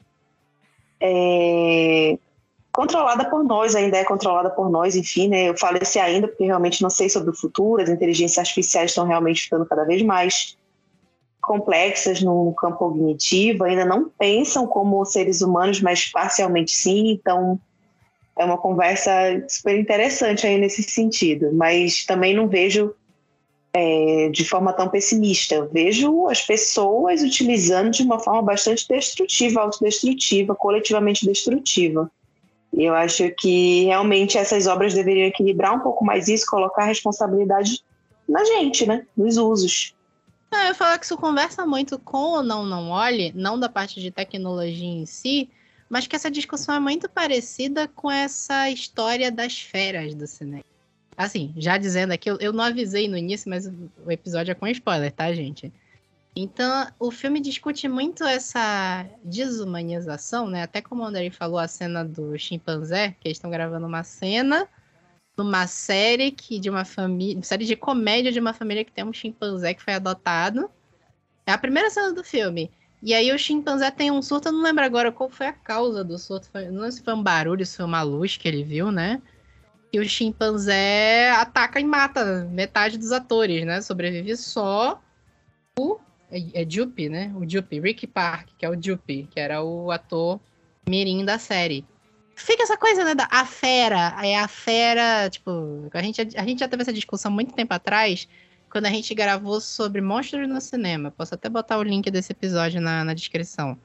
é, controlada por nós, ainda é controlada por nós, enfim, né? Eu falo esse ainda porque realmente não sei sobre o futuro, as inteligências artificiais estão realmente ficando cada vez mais complexas no campo cognitivo, ainda não pensam como seres humanos, mas parcialmente sim, então é uma conversa super interessante aí nesse sentido, mas também não vejo É, de forma tão pessimista. Eu vejo as pessoas utilizando de uma forma bastante destrutiva, autodestrutiva, coletivamente destrutiva. E eu acho que realmente essas obras deveriam equilibrar um pouco mais isso, colocar a responsabilidade na gente, né? Nos usos. É, eu falo que isso conversa muito com o Não Não Olhe, não da parte de tecnologia em si, mas que essa discussão é muito parecida com essa história das feras do cinema. Assim, já dizendo aqui, eu, eu não avisei no início, mas o episódio é com spoiler, tá, gente? Então, o filme discute muito essa desumanização, né? Até como o Andrei falou, a cena do chimpanzé, que eles estão gravando uma cena numa série que de uma família, série de comédia de uma família que tem um chimpanzé que foi adotado. É a primeira cena do filme. E aí o chimpanzé tem um surto, eu não lembro agora qual foi a causa do surto. Foi, não sei se foi um barulho, se foi uma luz que ele viu, né? E o chimpanzé ataca e mata metade dos atores, né? Sobrevive só o... É, é Juppie, né? O Juppie, Ricky Park, que é o Juppie, que era o ator mirim da série. Fica essa coisa, né? Da, a fera, é a fera, tipo... A gente, a gente já teve essa discussão muito tempo atrás, quando a gente gravou sobre monstros no cinema. Posso até botar o link desse episódio na, na descrição.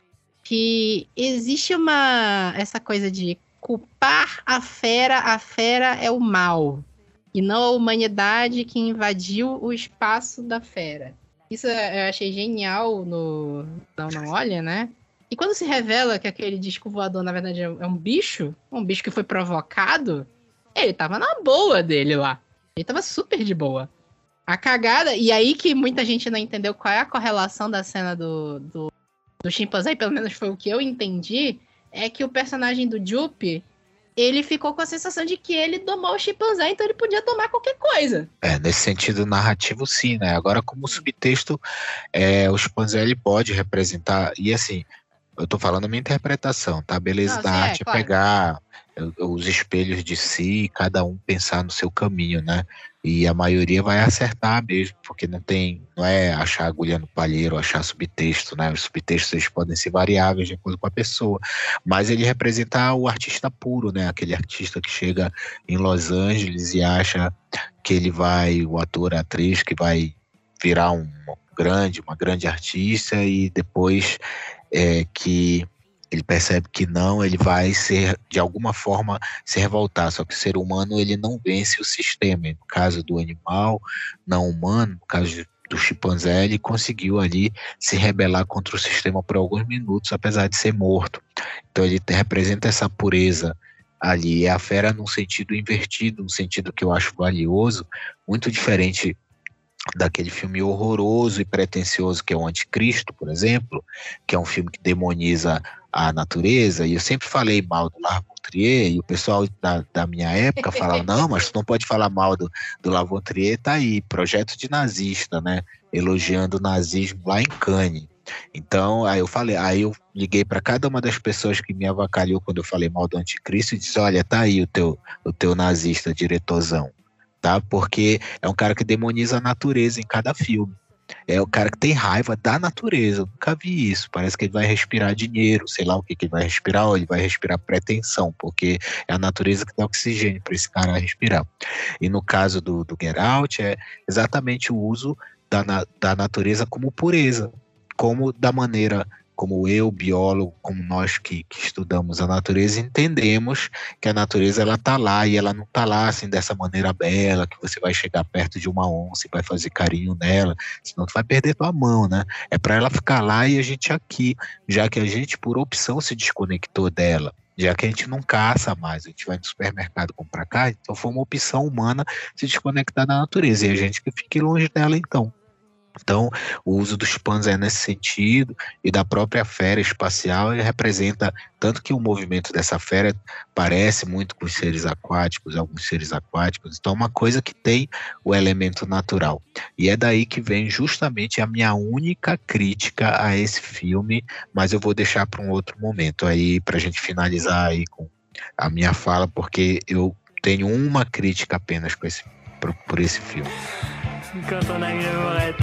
Que existe uma... essa coisa de culpar a fera, a fera é o mal. E não a humanidade que invadiu o espaço da fera. Isso eu achei genial no Não, Não Olha, né? E quando se revela que aquele disco voador, na verdade, é um bicho, um bicho que foi provocado, ele tava na boa dele lá. Ele tava super de boa. A cagada, e aí que muita gente não entendeu qual é a correlação da cena do, do, do chimpanzé, pelo menos foi o que eu entendi, é que o personagem do Juppie, ele ficou com a sensação de que ele domou o chimpanzé, então ele podia tomar qualquer coisa. É, nesse sentido narrativo sim, né? Agora como subtexto, é, o chimpanzé ele pode representar, e assim, eu tô falando a minha interpretação, tá? Beleza. Não, da sim, arte é, claro. Pegar os espelhos de si, cada um pensar no seu caminho, né? E a maioria vai acertar mesmo, porque não tem, não é achar agulha no palheiro, achar subtexto, né? Os subtextos eles podem ser variáveis de acordo com a pessoa, mas ele representa o artista puro, né? Aquele artista que chega em Los Angeles e acha que ele vai, o ator, a atriz, que vai virar um grande, uma grande artista e depois é, que ele percebe que não, ele vai ser, de alguma forma, se revoltar. Só que o ser humano, ele não vence o sistema. No caso do animal não humano, no caso do chimpanzé, ele conseguiu ali se rebelar contra o sistema por alguns minutos, apesar de ser morto. Então ele representa essa pureza ali. É a fera num sentido invertido, num sentido que eu acho valioso, muito diferente daquele filme horroroso e pretensioso que é o Anticristo, por exemplo, que é um filme que demoniza a natureza, e eu sempre falei mal do Lavoisier, e o pessoal da, da minha época falava, não, mas tu não pode falar mal do, do Lavoisier, tá aí, projeto de nazista, né, elogiando o nazismo lá em Cannes. Então, aí eu falei, aí eu liguei para cada uma das pessoas que me avacalhou quando eu falei mal do Anticristo e disse, olha, tá aí o teu, o teu nazista diretorzão. Tá? Porque é um cara que demoniza a natureza em cada filme. É o cara que tem raiva da natureza. Eu nunca vi isso. Parece que ele vai respirar dinheiro, sei lá o que, que ele vai respirar, ou ele vai respirar pretensão, porque é a natureza que dá oxigênio para esse cara respirar. E no caso do, do Get Out, é exatamente o uso da, da natureza como pureza, como da maneira como eu, biólogo, como nós que, que estudamos a natureza, entendemos que a natureza ela tá lá e ela não tá lá assim dessa maneira bela, que você vai chegar perto de uma onça e vai fazer carinho nela, senão tu vai perder tua mão, né? É para ela ficar lá e a gente aqui, já que a gente por opção se desconectou dela, já que a gente não caça mais, a gente vai no supermercado comprar carne, então foi uma opção humana se desconectar da natureza e a gente que fique longe dela então. Então, o uso do chimpanzé nesse sentido e da própria fera espacial ele representa, tanto que o movimento dessa fera parece muito com os seres aquáticos, alguns seres aquáticos, então é uma coisa que tem o elemento natural. E é daí que vem justamente a minha única crítica a esse filme, mas eu vou deixar para um outro momento aí, para a gente finalizar aí com a minha fala, porque eu tenho uma crítica apenas por esse, por, por esse filme. Quand on a une amourette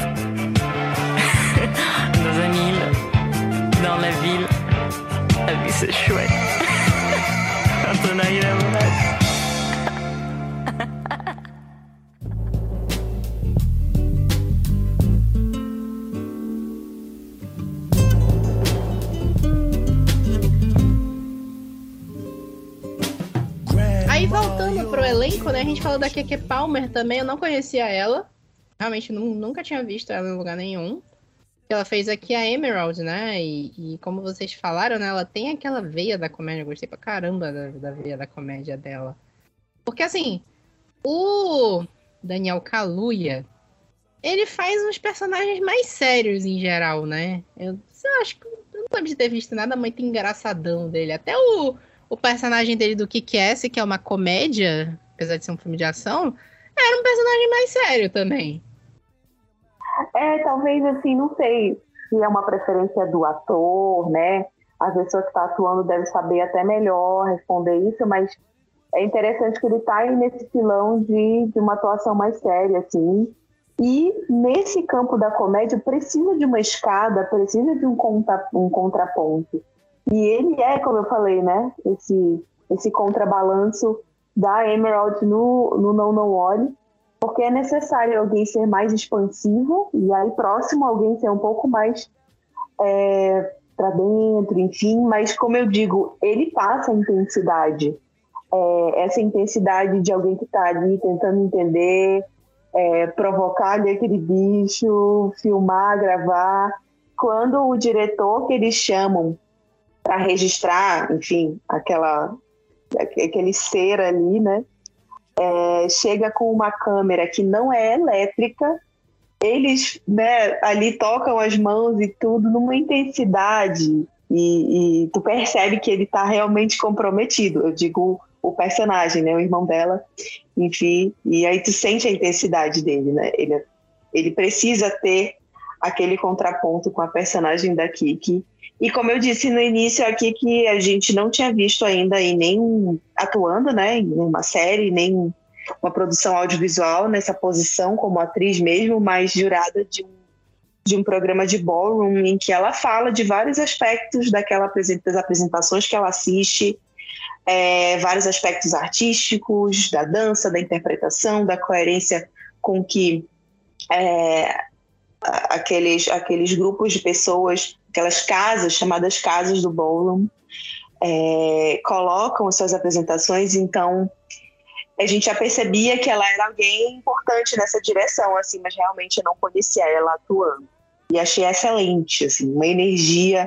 dans un île, dans la ville, la vie c'est chouette. Quand on a une amourette. Aí voltando pro elenco, né? A gente falou da Keke Palmer também, eu não conhecia ela. Realmente nunca tinha visto ela em lugar nenhum. que ela fez aqui a Emerald, né? E, e como vocês falaram, né? Ela tem aquela veia da comédia. Eu gostei pra caramba da, da veia da comédia dela. Porque, assim, o Daniel Kaluuya, ele faz uns personagens mais sérios em geral, né? Eu, eu acho que eu não lembro de ter visto nada muito engraçadão dele. Até o, o personagem dele do Kick-Ass, que é uma comédia, apesar de ser um filme de ação, era um personagem mais sério também. É, talvez assim, não sei se é uma preferência do ator, né? A pessoa que está atuando deve saber até melhor responder isso, mas é interessante que ele está aí nesse filão de, de uma atuação mais séria, assim. E nesse campo da comédia precisa de uma escada, precisa de um, contra, um contraponto. E ele é, como eu falei, né? Esse, esse contrabalanço da Emerald no, no Não Não Olhe, porque é necessário alguém ser mais expansivo e aí próximo alguém ser um pouco mais é, para dentro, enfim. Mas, como eu digo, ele passa a intensidade. É, essa intensidade de alguém que está ali tentando entender, é, provocar ali aquele bicho, filmar, gravar. Quando o diretor que eles chamam para registrar, enfim, aquela, aquele ser ali, né, é, chega com uma câmera que não é elétrica, eles, né, ali tocam as mãos e tudo numa intensidade e, e tu percebe que ele está realmente comprometido. Eu digo o personagem, né, o irmão dela, enfim, e aí tu sente a intensidade dele, né? Ele, ele precisa ter aquele contraponto com a personagem da Kiki. E como eu disse no início aqui, que a gente não tinha visto ainda em nem atuando, né, em uma série, nem uma produção audiovisual nessa posição como atriz mesmo, mas jurada de um, de um programa de ballroom em que ela fala de vários aspectos daquela das apresentações que ela assiste, é, vários aspectos artísticos, da dança, da interpretação, da coerência com que é, aqueles, aqueles grupos de pessoas, aquelas casas, chamadas casas do ballroom, é, colocam as suas apresentações. Então a gente já percebia que ela era alguém importante nessa direção, assim, mas realmente eu não conhecia ela atuando. E achei excelente, assim, uma energia.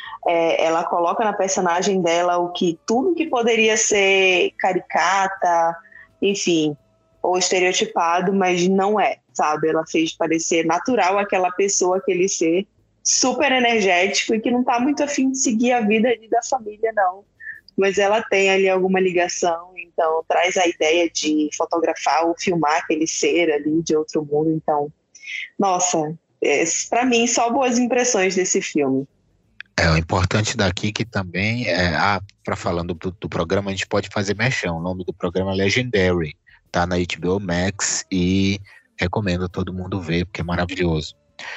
É, ela coloca na personagem dela o que, tudo que poderia ser caricata, enfim, ou estereotipado, mas não é, sabe? Ela fez parecer natural aquela pessoa, aquele ser super energético e que não tá muito afim de seguir a vida ali da família, não. Mas ela tem ali alguma ligação, então traz a ideia de fotografar ou filmar aquele ser ali de outro mundo. Então, nossa, é, para mim, só boas impressões desse filme. É, o importante daqui que também é, ah, para falando do, do programa, a gente pode fazer mexão. O nome do programa é Legendary, tá na H B O Max e recomendo a todo mundo ver, porque é maravilhoso.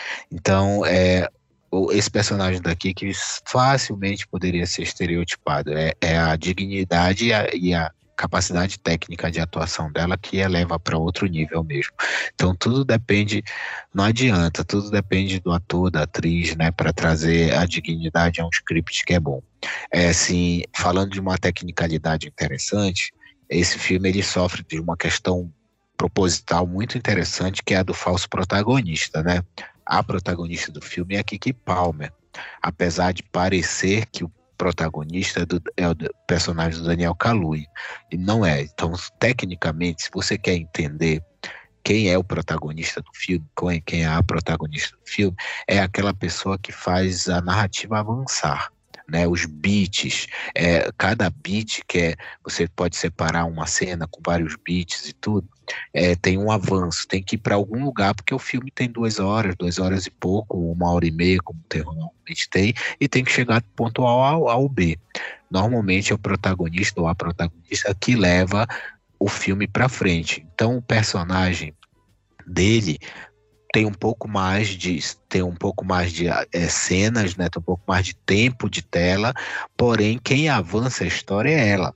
Então, é, esse personagem daqui que facilmente poderia ser estereotipado, é, é a dignidade e a, e a capacidade técnica de atuação dela que eleva para outro nível mesmo. Então tudo depende, não adianta, tudo depende do ator, da atriz, né, para trazer a dignidade a um script que é bom. É, assim, falando de uma tecnicalidade interessante, esse filme ele sofre de uma questão proposital muito interessante, que é a do falso protagonista, né? A protagonista do filme é a Keke Palmer, apesar de parecer que o protagonista é, do, é o personagem do Daniel Kaluuya, e não é. Então, tecnicamente, se você quer entender quem é o protagonista do filme, quem é a protagonista do filme, é aquela pessoa que faz a narrativa avançar, né? Os beats, é, cada beat que é, você pode separar uma cena com vários beats e tudo, é, tem um avanço, tem que ir para algum lugar, porque o filme tem duas horas, duas horas e pouco, uma hora e meia, como o terror normalmente tem, e tem que chegar do ponto A ao, ao B. Normalmente é o protagonista ou a protagonista que leva o filme para frente. Então o personagem dele tem um pouco mais de tem um pouco mais de é, cenas, né? Tem um pouco mais de tempo de tela, porém quem avança a história é ela.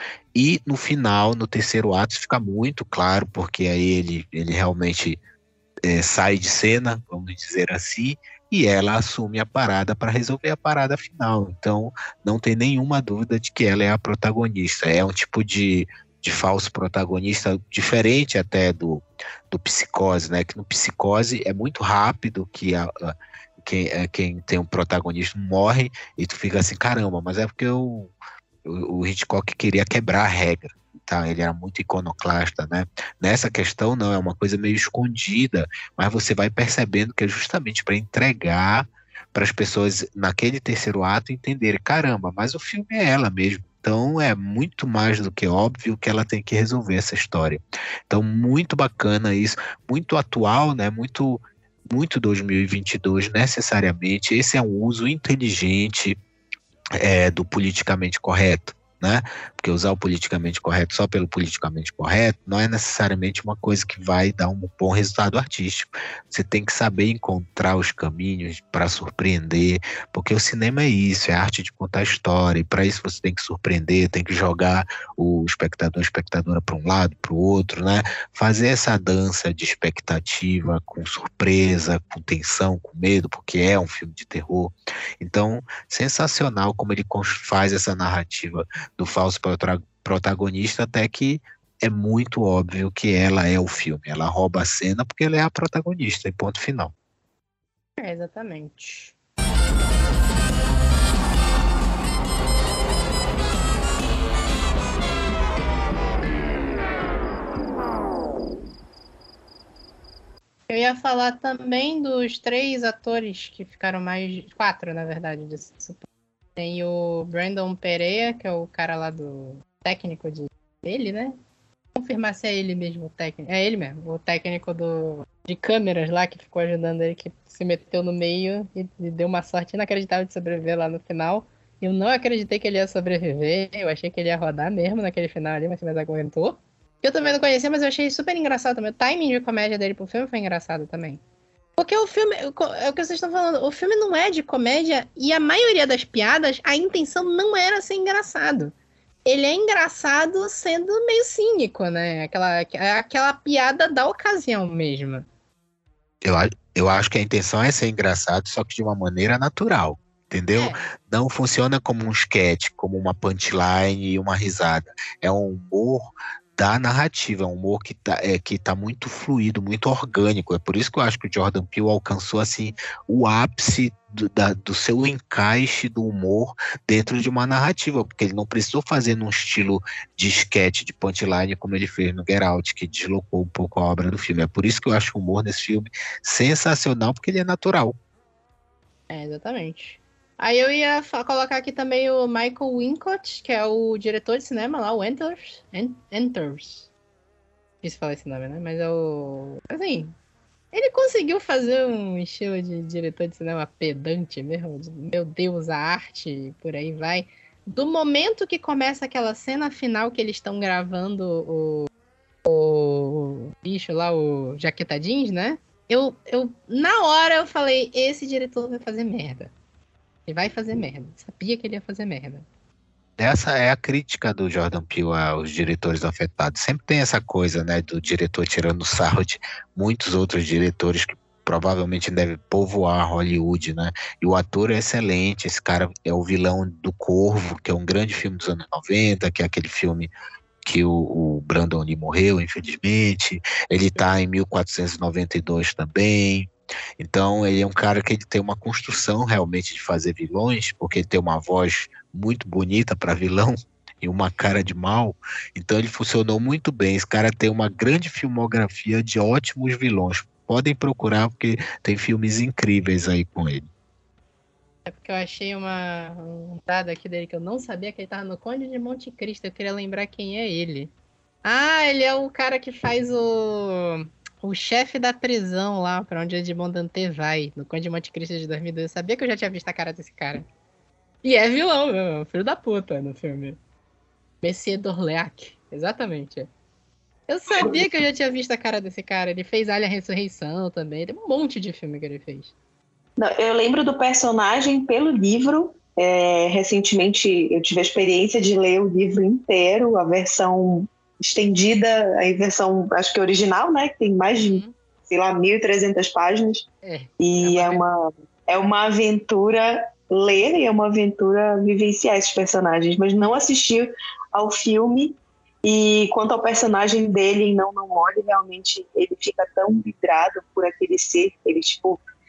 E no final, no terceiro ato, fica muito claro, porque aí ele, ele realmente é, sai de cena, vamos dizer assim, e ela assume a parada para resolver a parada final. Então não tem nenhuma dúvida de que ela é a protagonista. É um tipo de de falso protagonista, diferente até do, do Psicose, né? Que no Psicose é muito rápido que a, a, quem, é, quem tem um protagonista morre e tu fica assim, caramba, mas é porque o, o, o Hitchcock queria quebrar a regra. Tá, ele era muito iconoclasta, né? Nessa questão não, é uma coisa meio escondida, mas você vai percebendo que é justamente para entregar para as pessoas naquele terceiro ato entenderem, caramba, mas o filme é ela mesmo. Então é muito mais do que óbvio que ela tem que resolver essa história. Então muito bacana isso, muito atual, né? Muito muito dois mil e vinte e dois necessariamente. Esse é um uso inteligente é, do politicamente correto. Né? Porque usar o politicamente correto só pelo politicamente correto não é necessariamente uma coisa que vai dar um bom resultado artístico. Você tem que saber encontrar os caminhos para surpreender, porque o cinema é isso, é a arte de contar história, e para isso você tem que surpreender, tem que jogar o espectador, a espectadora para um lado, para o outro, né? Fazer essa dança de expectativa com surpresa, com tensão, com medo, porque é um filme de terror. Então, sensacional como ele faz essa narrativa do falso protagonista, até que é muito óbvio que ela é o filme. Ela rouba a cena porque ela é a protagonista, e ponto final. É, exatamente. Eu ia falar também dos três atores que ficaram mais... Quatro, na verdade, desse super. Tem o Brandon Perea, que é o cara lá do técnico de dele, né? Vou confirmar se é ele mesmo o técnico. É ele mesmo, o técnico do, de câmeras lá, que ficou ajudando ele, que se meteu no meio e, e deu uma sorte inacreditável de sobreviver lá no final. Eu não acreditei que ele ia sobreviver, eu achei que ele ia rodar mesmo naquele final ali, mas mais aguentou. Eu também não conhecia, mas eu achei super engraçado também. O timing de comédia dele pro filme foi engraçado também. Porque o filme, é o que vocês estão falando, o filme não é de comédia e a maioria das piadas, a intenção não era ser engraçado. Ele é engraçado sendo meio cínico, né? Aquela, aquela piada da ocasião mesmo. Eu, eu acho que a intenção é ser engraçado, só que de uma maneira natural, entendeu? É. Não funciona como um sketch, como uma punchline e uma risada. É um humor da narrativa, é um humor que tá, é, que tá muito fluido, muito orgânico. É por isso que eu acho que o Jordan Peele alcançou assim, o ápice do, da, do seu encaixe do humor dentro de uma narrativa, porque ele não precisou fazer num estilo de sketch, de punchline, como ele fez no Get Out, que deslocou um pouco a obra do filme. É por isso que eu acho o humor nesse filme sensacional, porque ele é natural. É, exatamente. Aí eu ia colocar aqui também o Michael Wincott, que é o diretor de cinema lá, o Enters. Enters. Difícil falar esse nome, né? Mas é o... Assim, ele conseguiu fazer um estilo de diretor de cinema pedante mesmo. De, meu Deus, a arte, e por aí vai. Do momento que começa aquela cena final que eles estão gravando o, o bicho lá, o Jaqueta Jeans, né? Eu, eu, na hora eu falei, esse diretor vai fazer merda. Ele vai fazer merda. Sabia que ele ia fazer merda. Essa é a crítica do Jordan Peele aos diretores afetados. Sempre tem essa coisa, né, do diretor tirando sarro de muitos outros diretores que provavelmente devem povoar Hollywood, né? E o ator é excelente. Esse cara é o vilão do Corvo, que é um grande filme dos anos noventa, que é aquele filme que o, o Brandon Lee morreu, infelizmente. Ele tá em mil quatrocentos e noventa e dois também. Então ele é um cara que ele tem uma construção realmente de fazer vilões, porque ele tem uma voz muito bonita para vilão e uma cara de mal, então ele funcionou muito bem. Esse cara tem uma grande filmografia de ótimos vilões, podem procurar porque tem filmes incríveis aí com ele. É porque eu achei uma, um dado aqui dele que eu não sabia, que ele tava no Conde de Monte Cristo. Eu queria lembrar quem é ele. Ah, ele é o cara que faz o... o chefe da prisão lá, pra onde Edmond Dantès vai, no Conde de Monte Cristo de dois mil e dois. Eu sabia que eu já tinha visto a cara desse cara. E é vilão, meu, filho da puta no filme. Monsieur d'Orléac, exatamente. Eu sabia que eu já tinha visto a cara desse cara. Ele fez Alien Ressurreição também. Tem um monte de filme que ele fez. Não, eu lembro do personagem pelo livro. É, recentemente eu tive a experiência de ler o livro inteiro, a versão estendida, a versão, acho que original, né? Que tem mais de, uhum. sei lá, mil e trezentas páginas. É, e é uma, é uma, é uma aventura ler e é uma aventura vivenciar esses personagens, mas não assistir ao filme. E quanto ao personagem dele em Não, Não Olhe, realmente ele fica tão vidrado por aquele ser, ele, tipo,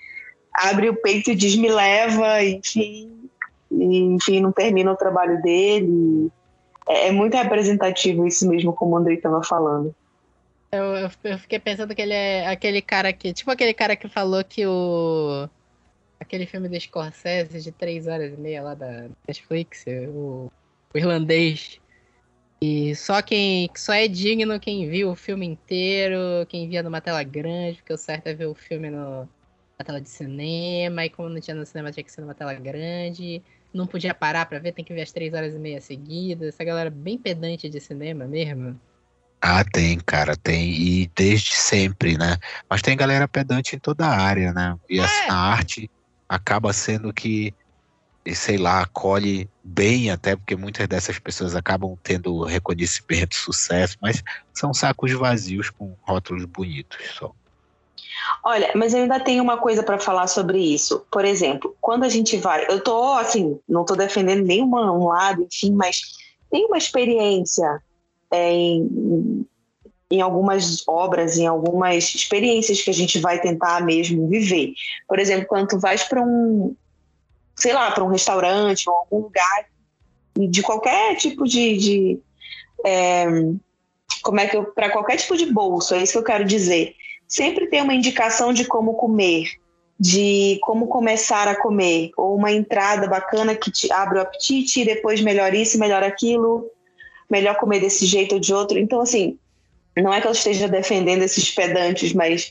abre o peito e diz me leva, enfim, e, enfim, não termina o trabalho dele. É, é muito representativo isso mesmo, como o Andrei estava falando. Eu, eu, eu fiquei pensando que ele é aquele cara que... Tipo aquele cara que falou que o... Aquele filme do Scorsese de três horas e meia lá da Netflix, o, o irlandês. E só quem só é digno quem viu o filme inteiro, quem via numa tela grande, porque o certo é ver o filme no, na tela de cinema, e como não tinha no cinema, tinha que ser numa tela grande. Não podia parar pra ver, tem que ver as três horas e meia seguidas. Essa galera bem pedante de cinema mesmo. Ah, tem, cara, tem, e desde sempre, né? Mas tem galera pedante em toda a área, né? E assim, É. a arte acaba sendo que, sei lá, acolhe bem, até porque muitas dessas pessoas acabam tendo reconhecimento, sucesso, mas são sacos vazios com rótulos bonitos só. Olha, mas eu ainda tenho uma coisa para falar sobre isso. Por exemplo, quando a gente vai... Eu tô, assim, não tô defendendo nenhum um lado, enfim, mas tem uma experiência é, em, em algumas obras, em algumas experiências que a gente vai tentar mesmo viver. Por exemplo, quando tu vais para um, sei lá, para um restaurante ou algum lugar de qualquer tipo de... de é, como é que eu... Para qualquer tipo de bolso, é isso que eu quero dizer. Sempre tem uma indicação de como comer, de como começar a comer, ou uma entrada bacana que te abre o apetite e depois melhor isso, melhor aquilo, melhor comer desse jeito ou de outro. Então, assim, não é que eu esteja defendendo esses pedantes, mas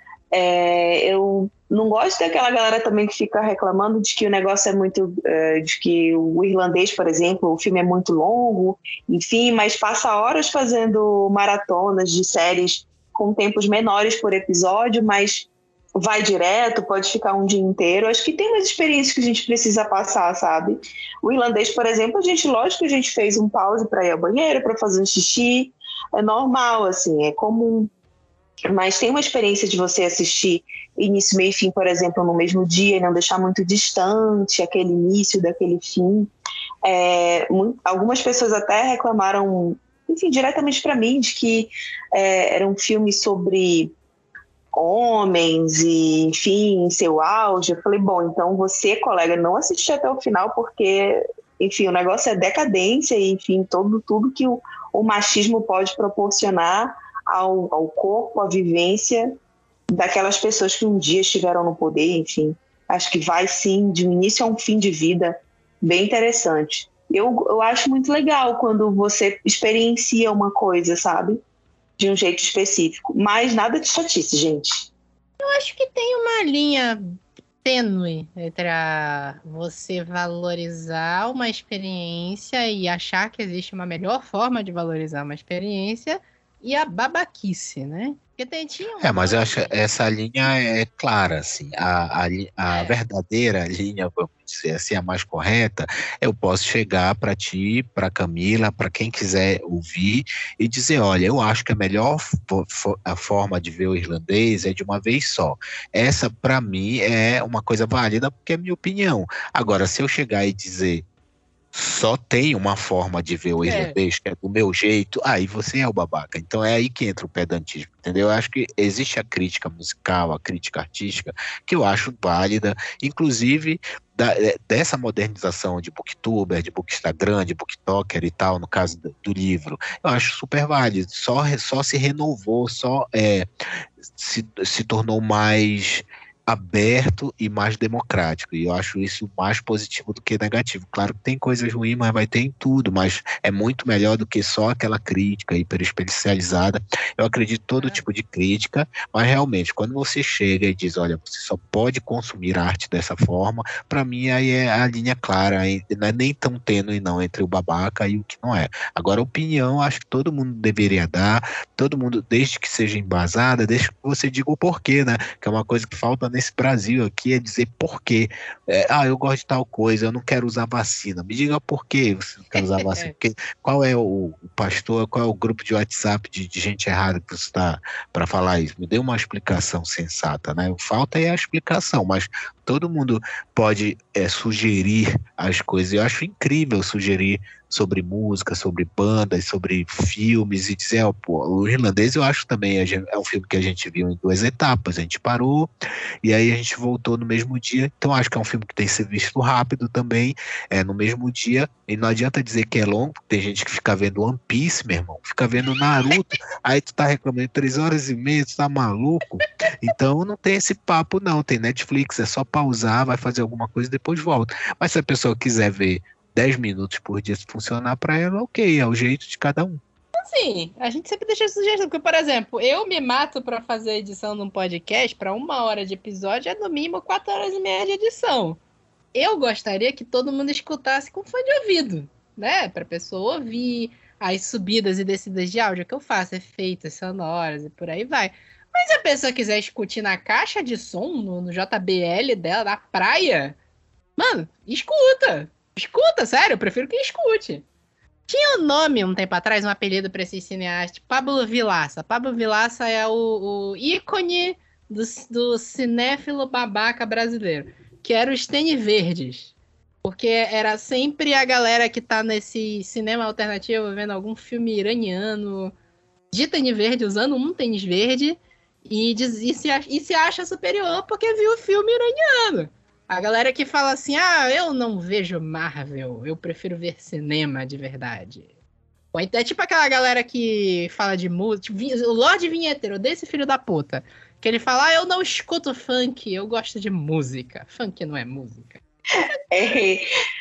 é, eu não gosto daquela galera também que fica reclamando de que o negócio é muito... É, de que o irlandês, por exemplo, o filme é muito longo, enfim, mas passa horas fazendo maratonas de séries com tempos menores por episódio, mas vai direto, pode ficar um dia inteiro. Acho que tem umas experiências que a gente precisa passar, sabe? O irlandês, por exemplo, a gente, lógico que a gente fez um pause para ir ao banheiro, para fazer um xixi, é normal, assim, é comum. Mas tem uma experiência de você assistir início, meio e fim, por exemplo, no mesmo dia, e não deixar muito distante aquele início daquele fim. É, muito, algumas pessoas até reclamaram, enfim, diretamente para mim, de que é, era um filme sobre homens e, enfim, em seu auge. Eu falei, bom, então você, colega, não assiste até o final, porque, enfim, o negócio é decadência e, enfim, todo, tudo que o, o machismo pode proporcionar ao, ao corpo, à vivência daquelas pessoas que um dia estiveram no poder, enfim. Acho que vai, sim, de um início a um fim de vida bem interessante. Eu, eu acho muito legal quando você experiencia uma coisa, sabe? De um jeito específico. Mas nada de chatice, gente. Eu acho que tem uma linha tênue entre a você valorizar uma experiência e achar que existe uma melhor forma de valorizar uma experiência e a babaquice, né? Porque tem, tinha É, mas eu acho que que essa linha é clara, assim, a, a, a É. verdadeira linha, vamos dizer assim, a mais correta, eu posso chegar para ti, para Camila, para quem quiser ouvir e dizer, olha, eu acho que a melhor fo- fo- a forma de ver o irlandês é de uma vez só. Essa, para mim, é uma coisa válida porque é minha opinião. Agora, se eu chegar e dizer só tem uma forma de ver o É. irlandês, que é do meu jeito, aí você é o babaca. Então é aí que entra o pedantismo, entendeu? Eu acho que existe a crítica musical, a crítica artística, que eu acho válida, inclusive da- é, dessa modernização de booktuber, de book Instagram, de booktoker e tal, no caso do, do livro, eu acho super válido. Só, re- só se renovou, só é, se, se tornou mais aberto e mais democrático, e eu acho isso mais positivo do que negativo. Claro que tem coisas ruins, mas vai ter em tudo, mas é muito melhor do que só aquela crítica hiper especializada. Eu acredito em todo É. tipo de crítica, mas realmente, quando você chega e diz, olha, você só pode consumir arte dessa forma, para mim aí é a linha clara, aí não é nem tão tênue não, entre o babaca e o que não é. Agora, opinião, acho que todo mundo deveria dar, todo mundo, desde que seja embasada, desde que você diga o porquê, né, que é uma coisa que falta nesse Brasil aqui, é dizer porquê. É, ah, eu gosto de tal coisa, eu não quero usar vacina. Me diga por que você não quer usar vacina. Porque, qual é o, o pastor, qual é o grupo de WhatsApp de, de gente errada que você está para falar isso? Me dê uma explicação sensata, né? Falta é a explicação, mas todo mundo pode é, sugerir as coisas. Eu acho incrível sugerir sobre música, sobre bandas, sobre filmes, e dizer, ó, pô, o Irlandês eu acho também é um filme que a gente viu em duas etapas, a gente parou, e aí a gente voltou no mesmo dia, então acho que é um filme que tem que ser visto rápido também, é, no mesmo dia, e não adianta dizer que é longo, porque tem gente que fica vendo One Piece, meu irmão, fica vendo Naruto, aí tu tá reclamando de três horas e meia, tu tá maluco? Então não tem esse papo não, tem Netflix, é só pausar, vai fazer alguma coisa e depois volta. Mas se a pessoa quiser ver dez minutos por dia, se funcionar pra ela, ok, é o jeito de cada um. Sim, a gente sempre deixa sugestão, porque, por exemplo, eu me mato pra fazer a edição de um podcast, pra uma hora de episódio, é no mínimo quatro horas e meia de edição. Eu gostaria que todo mundo escutasse com fone de ouvido, né? Pra pessoa ouvir as subidas e descidas de áudio que eu faço, efeitos sonoros e por aí vai. Mas se a pessoa quiser escutar na caixa de som, no, no J B L dela, na praia, mano, escuta. Escuta, sério, eu prefiro que escute. Tinha um nome, um tempo atrás, um apelido pra esses cineastas, Pablo Vilaça. Pablo Vilaça é o, o ícone do, do cinéfilo babaca brasileiro, que era os tênis verdes. Porque era sempre a galera que tá nesse cinema alternativo vendo algum filme iraniano de tênis verde, usando um tênis verde, e, diz, e, se, e se acha superior porque viu o filme iraniano. A galera que fala assim, ah, eu não vejo Marvel, eu prefiro ver cinema de verdade. É tipo aquela galera que fala de música, tipo, o Lorde Vinheteiro, desse filho da puta, que ele fala, ah, eu não escuto funk, eu gosto de música. Funk não é música. É,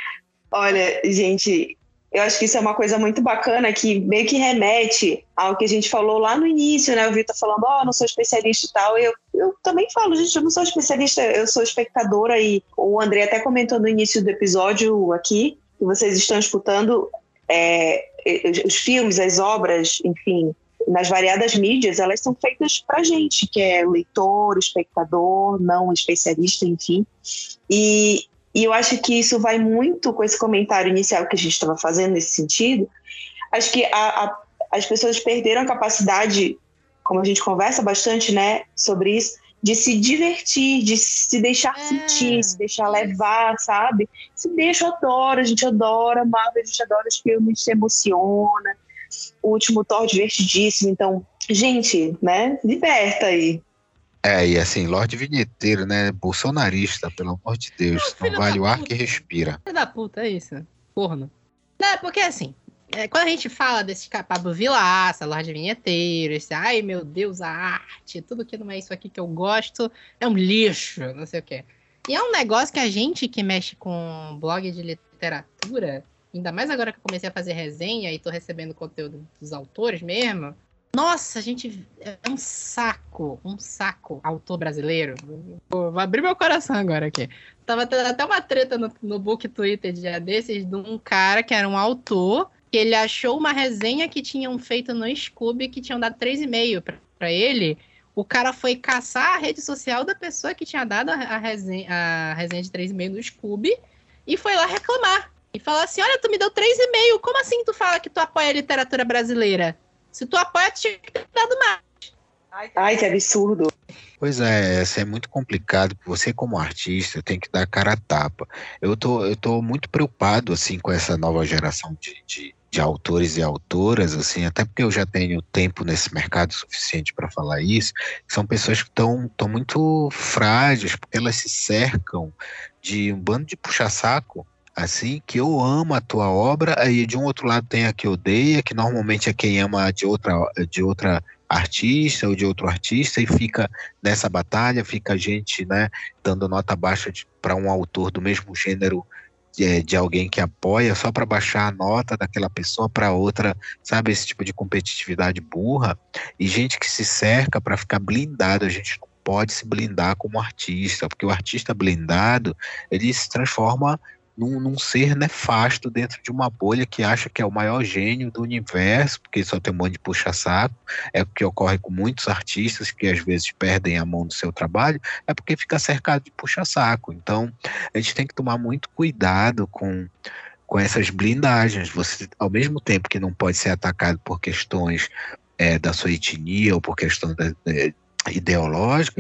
olha, gente, eu acho que isso é uma coisa muito bacana, que meio que remete ao que a gente falou lá no início, né? O Vitor falando, ó, oh, não sou especialista e tal. Eu, eu também falo, gente, eu não sou especialista, eu sou espectadora, e o André até comentou no início do episódio aqui, que vocês estão escutando é, os filmes, as obras, enfim, nas variadas mídias, elas são feitas pra gente, que é leitor, espectador, não especialista, enfim. E, e eu acho que isso vai muito com esse comentário inicial que a gente estava fazendo nesse sentido. Acho que a, a, as pessoas perderam a capacidade, como a gente conversa bastante, né, sobre isso, de se divertir, de se deixar é, sentir, se deixar levar, sabe? Se deixa, eu adoro, a gente adora Marvel, a gente adora os filmes, se emociona. O último Thor divertidíssimo, então, gente, né, liberta aí. É, e assim, Lorde Vinheteiro, né, bolsonarista, pelo amor de Deus, não, não vale o ar que respira. Filho da puta, é isso, corno. Não, porque assim, é, quando a gente fala desse Pablo Vilaça, Lorde Vinheteiro, esse, ai meu Deus, a arte, tudo que não é isso aqui que eu gosto, é um lixo, não sei o quê. E é um negócio que a gente que mexe com blog de literatura, ainda mais agora que eu comecei a fazer resenha e tô recebendo conteúdo dos autores mesmo, nossa, a gente, é um saco, um saco, autor brasileiro. Vou abrir meu coração agora aqui. Tava tendo até uma treta no, no book Twitter dia desses de um cara que era um autor, que ele achou uma resenha que tinham feito no Scooby, que tinham dado três e meio pra, pra ele. O cara foi caçar a rede social da pessoa que tinha dado a, a, resenha, a resenha de três e meio no Scooby e foi lá reclamar. E falar assim, olha, tu me deu três e meio, como assim tu fala que tu apoia a literatura brasileira? Se tu apoia, tu tinha que ter dado mais. Ai, que absurdo. Pois é, isso é muito complicado. Você como artista tem que dar cara a tapa. Eu tô, eu tô muito preocupado assim, com essa nova geração de, de, de autores e autoras, assim, até porque eu já tenho tempo nesse mercado suficiente para falar isso. São pessoas que estão muito frágeis, porque elas se cercam de um bando de puxa-saco, assim, que eu amo a tua obra, aí de um outro lado tem a que odeia, que normalmente é quem ama de outra, de outra artista ou de outro artista, e fica nessa batalha, fica a gente, né, dando nota baixa para um autor do mesmo gênero de, de alguém que apoia, só para baixar a nota daquela pessoa para outra, sabe, esse tipo de competitividade burra, e gente que se cerca para ficar blindado. A gente não pode se blindar como artista, porque o artista blindado, ele se transforma Num, num ser nefasto dentro de uma bolha que acha que é o maior gênio do universo, porque só tem um monte de puxa-saco. É o que ocorre com muitos artistas que às vezes perdem a mão do seu trabalho, é porque fica cercado de puxa-saco. Então, a gente tem que tomar muito cuidado com, com essas blindagens. Você, ao mesmo tempo que não pode ser atacado por questões é, da sua etnia ou por questões da, é, ideológicas,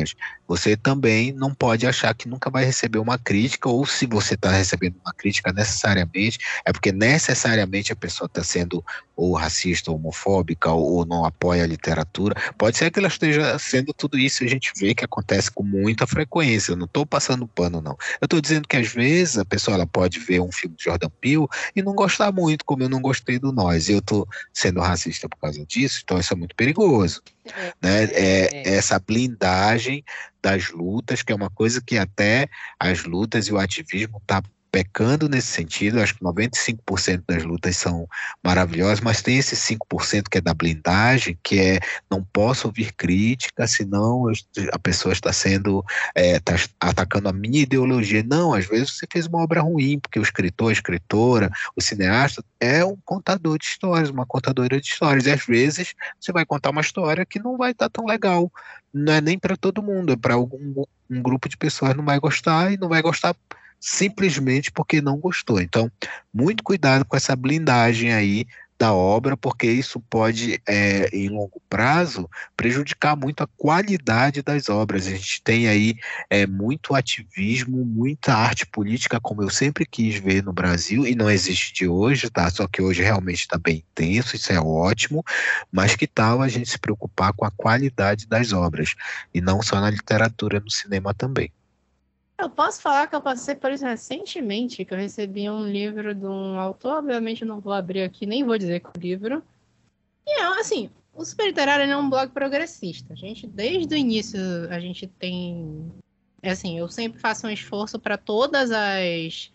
você também não pode achar que nunca vai receber uma crítica, ou se você está recebendo uma crítica necessariamente, é porque necessariamente a pessoa está sendo ou racista, ou homofóbica, ou, ou não apoia a literatura. Pode ser que ela esteja sendo tudo isso, e a gente vê que acontece com muita frequência. Eu não estou passando pano, não. Eu estou dizendo que às vezes a pessoa ela pode ver um filme de Jordan Peele e não gostar muito, como eu não gostei do Nós. Eu estou sendo racista por causa disso, então isso é muito perigoso. É, Né? é, É, é. essa blindagem das lutas, que é uma coisa que até as lutas e o ativismo está pecando nesse sentido. Eu acho que noventa e cinco por cento das lutas são maravilhosas, mas tem esse cinco por cento que é da blindagem, que é não posso ouvir crítica, senão eu est- a pessoa está sendo, é, está atacando a minha ideologia. Não, às vezes você fez uma obra ruim, porque o escritor, a escritora, o cineasta é um contador de histórias, uma contadora de histórias, e às vezes você vai contar uma história que não vai estar tão legal. Não é nem para todo mundo, é para algum um grupo de pessoas não vai gostar, e não vai gostar simplesmente porque não gostou. Então, muito cuidado com essa blindagem aí da obra, porque isso pode, é, em longo prazo, prejudicar muito a qualidade das obras. A gente tem aí é, muito ativismo, muita arte política, como eu sempre quis ver no Brasil, e não existe de hoje, tá? Só que hoje realmente está bem intenso, isso é ótimo, mas que tal a gente se preocupar com a qualidade das obras, e não só na literatura, no cinema também. Eu posso falar que eu passei por isso recentemente, que eu recebi um livro de um autor, obviamente eu não vou abrir aqui, nem vou dizer qual livro. E é assim, o Super Literário ele é um blog progressista. A gente, desde o início, a gente tem... É assim, eu sempre faço um esforço para todas as,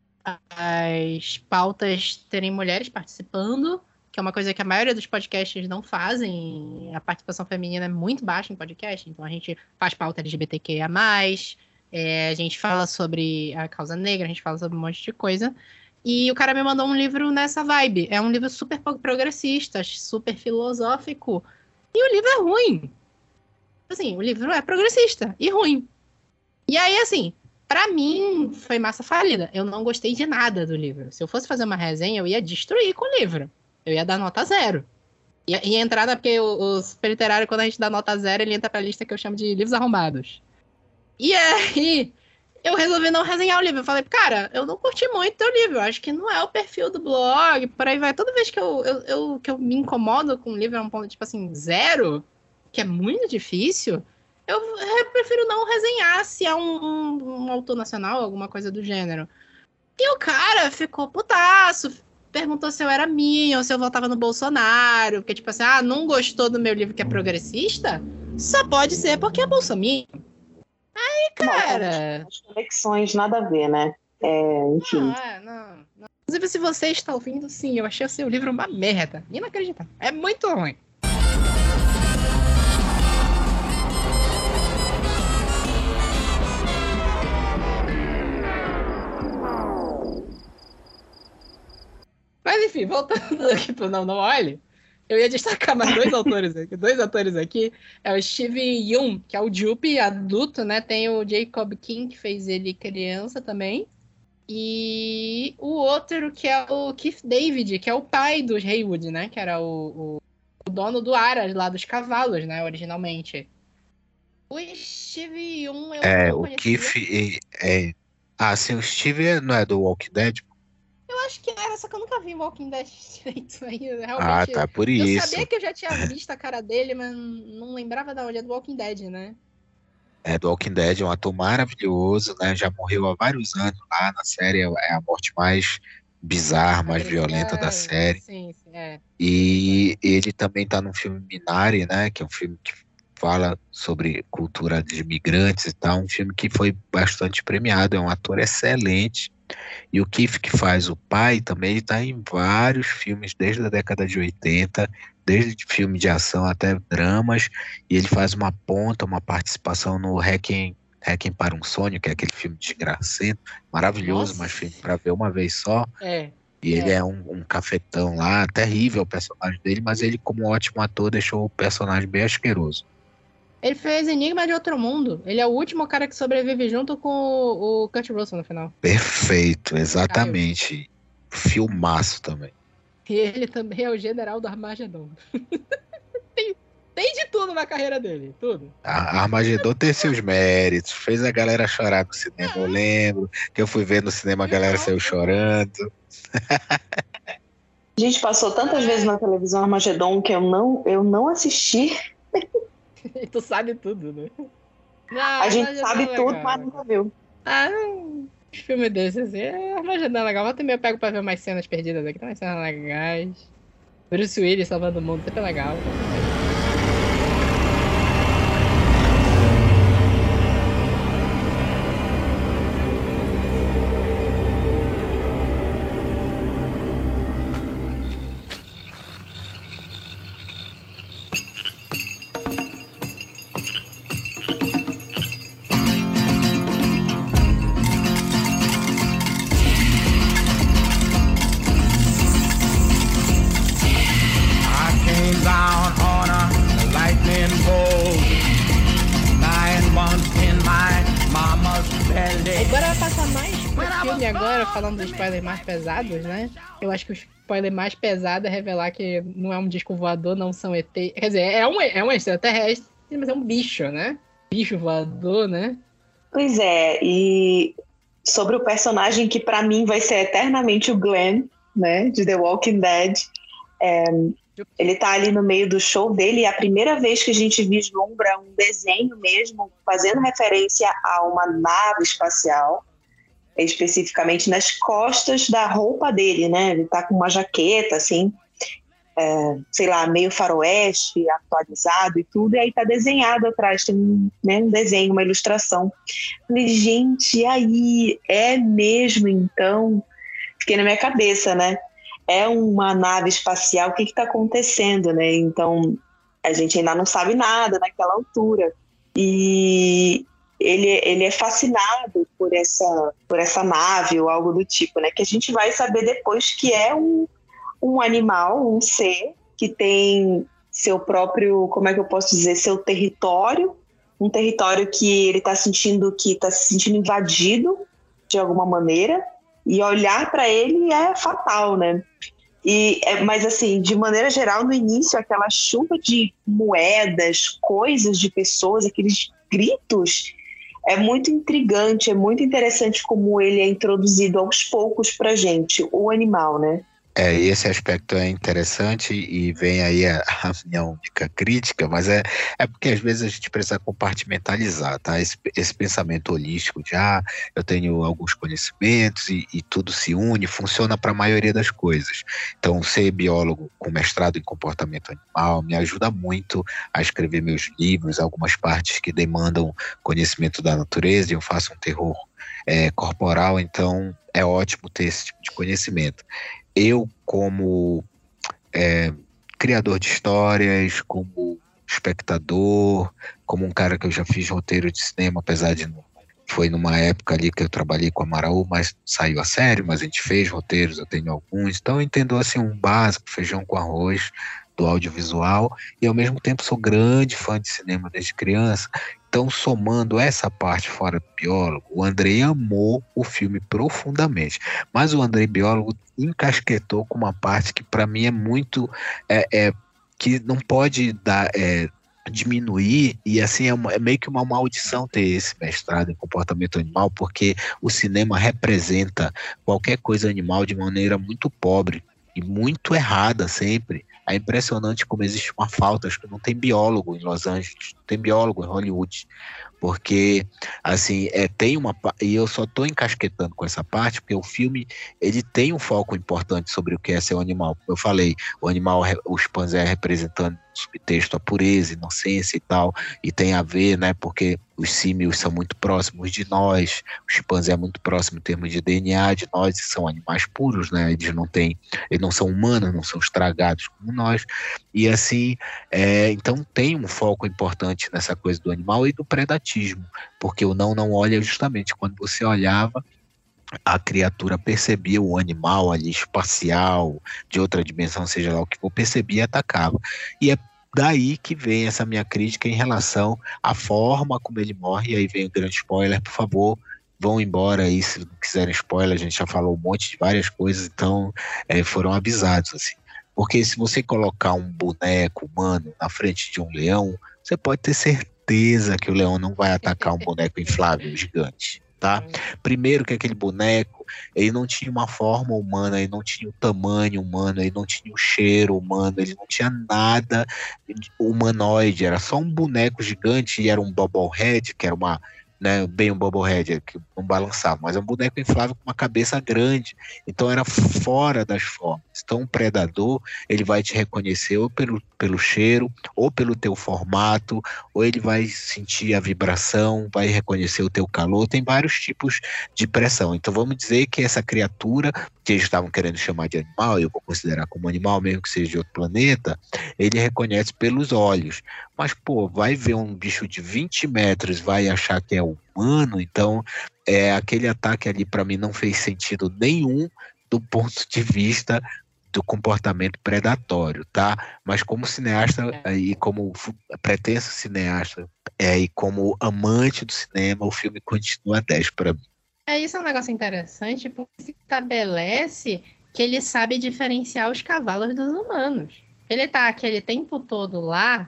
as pautas terem mulheres participando, que é uma coisa que a maioria dos podcasts não fazem. A participação feminina é muito baixa em podcast, então a gente faz pauta L G B T Q I A mais... É, a gente fala sobre a causa negra, a gente fala sobre um monte de coisa. E o cara me mandou um livro nessa vibe. É um livro super progressista, super filosófico. E o livro é ruim. Assim, o livro é progressista e ruim. E aí, assim, pra mim, foi massa falida. Eu não gostei de nada do livro. Se eu fosse fazer uma resenha, eu ia destruir com o livro. Eu ia dar nota zero. Ia, ia entrar, na, porque o, o super literário, quando a gente dá nota zero, ele entra pra lista que eu chamo de livros arrombados. E aí, eu resolvi não resenhar o livro. Eu falei, cara, eu não curti muito teu livro. Eu acho que não é o perfil do blog. Por aí vai. Toda vez que eu, eu, eu, que eu me incomodo com o livro, é um ponto, tipo assim, zero, que é muito difícil, eu, eu prefiro não resenhar se é um, um, um autor nacional, alguma coisa do gênero. E o cara ficou putaço. Perguntou se eu era minha ou se eu votava no Bolsonaro. Porque, tipo assim, ah, não gostou do meu livro que é progressista? Só pode ser porque é bolsominion. Cara, as conexões nada a ver, né? É, enfim. Não, é, não, não. Inclusive, se você está ouvindo, sim, eu achei o seu livro uma merda. Inacreditável. É muito ruim. Mas enfim, voltando aqui pro Não Não Olhe, eu ia destacar mais dois autores aqui. Dois autores aqui. É o Steve Yeun, que é o Jupe adulto, né? Tem o Jacob King, que fez ele criança também. E o outro, que é o Keith David, que é o pai dos Haywood, né? Que era o, o, o dono do Aras, lá dos cavalos, né? Originalmente. O Steve Yeun eu É, não o conhecia. Keith é, é... Ah, sim, o Steve não é do Walking Dead? Eu acho que era, só que eu nunca vi Walking Dead direito aí. Realmente, Ah, tá, por eu isso. sabia que eu já tinha visto a cara dele, mas não lembrava da onde é do Walking Dead, né? É do Walking Dead, é um ator maravilhoso, né? Já morreu há vários anos lá na série, é a morte mais bizarra, mais violenta da série. Sim, sim, é. E ele também tá no filme Minari, né? Que é um filme que fala sobre cultura de imigrantes e tal, um filme que foi bastante premiado, é um ator excelente. E o Keith, que faz o pai, também está em vários filmes desde a década de oitenta, desde filme de ação até dramas, e ele faz uma ponta, uma participação no Requiem, Requiem para um Sonho, que é aquele filme desgracento, maravilhoso, Nossa. mas filme para ver uma vez só. É. E ele É. é um, um cafetão lá, terrível o personagem dele, mas ele, como um ótimo ator, deixou o personagem bem asqueroso. Ele fez Enigma de Outro Mundo. Ele é o último cara que sobrevive junto com o, o Kurt Russell no final. Perfeito, exatamente. Filmaço também. E ele também é o general do Armagedon. tem, tem de tudo tudo na carreira dele, tudo. A Armagedon tem seus méritos, fez a galera chorar no cinema, eu lembro, que eu fui ver no cinema, a galera saiu chorando. A gente passou tantas vezes na televisão Armagedon que eu não, eu não assisti. E tu sabe tudo, né? Não, A gente Armagedon sabe é legal, tudo, mas nunca viu. Ah, um filme desses assim, é Armagedon é legal. Eu também pego pra ver umas cenas perdidas aqui, tem umas cenas legais. Bruce Willis salvando o mundo, sempre é legal. Agora vai passar mais pro filme agora, falando dos spoilers mais pesados, né? Eu acho que o spoiler mais pesado é revelar que não é um disco voador, não são E T. Quer dizer, é um, é um extraterrestre, mas é um bicho, né? Bicho voador, né? Pois é, e sobre o personagem que pra mim vai ser eternamente o Glenn, né? De The Walking Dead. É, ele tá ali no meio do show dele e a primeira vez que a gente vislumbra um desenho mesmo, fazendo referência a uma nave espacial, especificamente nas costas da roupa dele, né? Ele tá com uma jaqueta, assim, é, sei lá, meio faroeste, atualizado e tudo, e aí tá desenhado atrás, tem um, né, um desenho, uma ilustração. Falei, gente, e aí? É mesmo, então? Fiquei na minha cabeça, né? É uma nave espacial, o que está acontecendo, né? Então, a gente ainda não sabe nada naquela altura. E ele, ele é fascinado por essa, por essa nave ou algo do tipo, né? Que a gente vai saber depois que é um, um animal, um ser, que tem seu próprio, como é que eu posso dizer, seu território, um território que ele está sentindo que está se sentindo invadido de alguma maneira, e olhar para ele é fatal, né? E, é, mas assim, de maneira geral, no início, aquela chuva de moedas, coisas de pessoas, aqueles gritos, é muito intrigante, é muito interessante como ele é introduzido aos poucos pra gente, o animal, né? É, esse aspecto é interessante e vem aí a, a minha única crítica, mas é, é porque às vezes a gente precisa compartimentalizar, tá? Esse, esse pensamento holístico de, ah, eu tenho alguns conhecimentos e, e tudo se une, funciona para a maioria das coisas. Então, ser biólogo com mestrado em comportamento animal me ajuda muito a escrever meus livros, algumas partes que demandam conhecimento da natureza, e eu faço um terror é, corporal, então é ótimo ter esse tipo de conhecimento. Eu, como é, criador de histórias, como espectador, como um cara que eu já fiz roteiro de cinema, apesar de não, foi numa época ali que eu trabalhei com a Maraú, mas saiu a série, mas a gente fez roteiros, eu tenho alguns, então eu entendo assim um básico, feijão com arroz do audiovisual, e ao mesmo tempo sou grande fã de cinema desde criança. Então, somando essa parte fora do biólogo, o Andrei amou o filme profundamente, mas o Andrei biólogo encasquetou com uma parte que para mim é muito, é, é, que não pode dar, é, diminuir, e assim é, uma, é meio que uma maldição ter esse mestrado em comportamento animal, porque o cinema representa qualquer coisa animal de maneira muito pobre e muito errada sempre. É impressionante como existe uma falta, acho que não tem biólogo em Los Angeles, não tem biólogo em Hollywood, porque, assim, é, tem uma, e eu só estou encasquetando com essa parte, porque o filme, ele tem um foco importante sobre o que é ser um animal, como eu falei, o animal, o chimpanzé representando no subtexto a pureza, inocência e tal, e tem a ver, né, porque os símios são muito próximos de nós, o chimpanzé é muito próximo em termos de D N A de nós, e são animais puros, né, eles não têm, eles não são humanos, não são estragados como nós, e assim, é, então tem um foco importante nessa coisa do animal e do predatismo, porque o não não olha justamente quando você olhava, a criatura percebia o animal ali espacial, de outra dimensão, seja lá o que for, percebia e atacava. E é daí que vem essa minha crítica em relação à forma como ele morre, e aí vem o grande spoiler, por favor, vão embora aí, se não quiserem spoiler, a gente já falou um monte de várias coisas, então é, foram avisados, assim. Porque se você colocar um boneco humano na frente de um leão, você pode ter certeza que o leão não vai atacar um boneco inflável gigante, tá? Primeiro que aquele boneco, ele não tinha uma forma humana, ele não tinha o tamanho humano, ele não tinha o cheiro humano, ele não tinha nada humanoide, era só um boneco gigante e era um bobblehead, que era uma, né, bem um bobblehead, que não balançava, mas é um boneco inflável com uma cabeça grande, então era fora das formas. Então o predador, ele vai te reconhecer ou pelo, pelo cheiro, ou pelo teu formato, ou ele vai sentir a vibração, vai reconhecer o teu calor, tem vários tipos de pressão. Então vamos dizer que essa criatura, que eles estavam querendo chamar de animal, eu vou considerar como animal, mesmo que seja de outro planeta, ele reconhece pelos olhos. Mas, pô, vai ver um bicho de vinte metros, vai achar que é humano, então é, aquele ataque ali para mim não fez sentido nenhum do ponto de vista do comportamento predatório, tá? Mas como cineasta é. e como pretenso cineasta é, e como amante do cinema, o filme continua dez para mim. É, isso é um negócio interessante, porque se estabelece que ele sabe diferenciar os cavalos dos humanos. Ele tá aquele tempo todo lá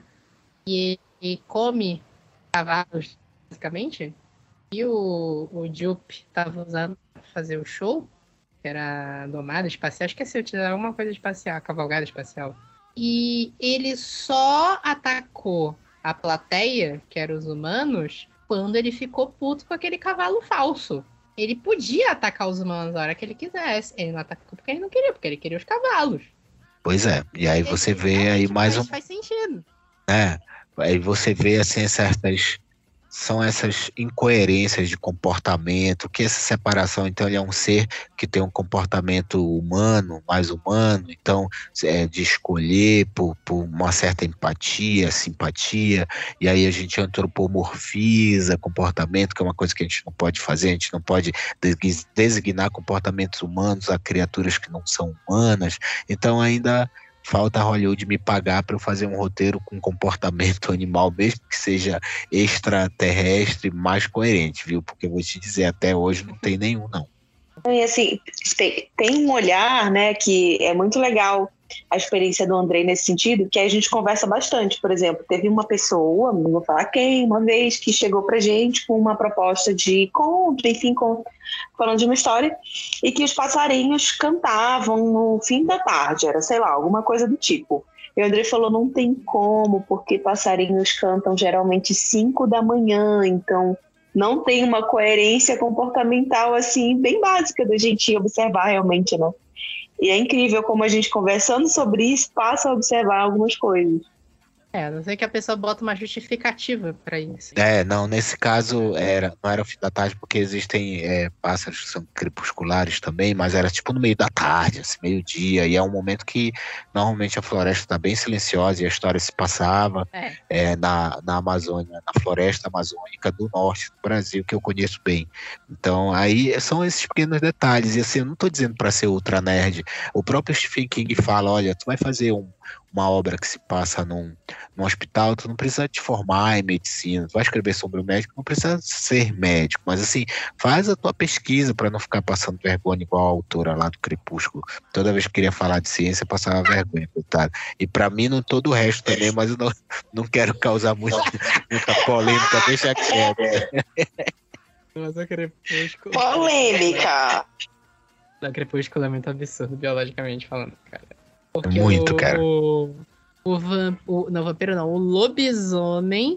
e, e come cavalos, basicamente, e o, o Jupe tava usando para fazer o show, que era domada espacial, esqueci de utilizar alguma coisa espacial, cavalgada espacial. E ele só atacou a plateia, que eram os humanos, quando ele ficou puto com aquele cavalo falso. Ele podia atacar os humanos a hora que ele quisesse. Ele não atacou porque ele não queria, porque ele queria os cavalos. Pois é, e aí você ele, vê aí mais um... faz sentido. É, aí você vê assim certas... São essas incoerências de comportamento, que essa separação, então ele é um ser que tem um comportamento humano, mais humano, então é de escolher por, por uma certa empatia, simpatia, e aí a gente antropomorfiza comportamento, que é uma coisa que a gente não pode fazer, a gente não pode designar comportamentos humanos a criaturas que não são humanas, então ainda... Falta Hollywood me pagar para eu fazer um roteiro com comportamento animal, mesmo que seja extraterrestre, mais coerente, viu? Porque eu vou te dizer, até hoje não tem nenhum, não. E assim, tem, tem um olhar, né, que é muito legal a experiência do Andrei nesse sentido, que a gente conversa bastante. Por exemplo, teve uma pessoa, não vou falar quem, uma vez que chegou pra gente com uma proposta de conto, enfim, com, falando de uma história, e que os passarinhos cantavam no fim da tarde, era, sei lá, alguma coisa do tipo. E o Andrei falou, não tem como, porque passarinhos cantam geralmente cinco da manhã, então não tem uma coerência comportamental, assim, bem básica da gente observar realmente, né? E é incrível como a gente, conversando sobre isso, passa a observar algumas coisas. É, a não ser que a pessoa bota uma justificativa para isso. É, não, nesse caso era, não era o fim da tarde, porque existem é, pássaros que são crepusculares também, mas era tipo no meio da tarde, assim, meio-dia, e é um momento que normalmente a floresta está bem silenciosa e a história se passava é. É, na, na Amazônia, na floresta amazônica do norte do Brasil, que eu conheço bem. Então, aí são esses pequenos detalhes, e assim, eu não estou dizendo para ser ultra nerd, o próprio Stephen King fala, olha, tu vai fazer um uma obra que se passa num, num hospital, tu não precisa te formar em medicina, tu vai escrever sobre o médico, não precisa ser médico, mas assim, faz a tua pesquisa para não ficar passando vergonha igual a autora lá do Crepúsculo. Toda vez que eu queria falar de ciência, passava vergonha, coitado. E para mim, não todo o resto também, mas eu não, não quero causar muito, muita polêmica, deixa quieto. Mas o Crepúsculo... Polêmica! O Crepúsculo é muito absurdo, biologicamente falando, cara. Porque muito, o, cara. O, o, vamp, o, não, vampiro não. O lobisomem,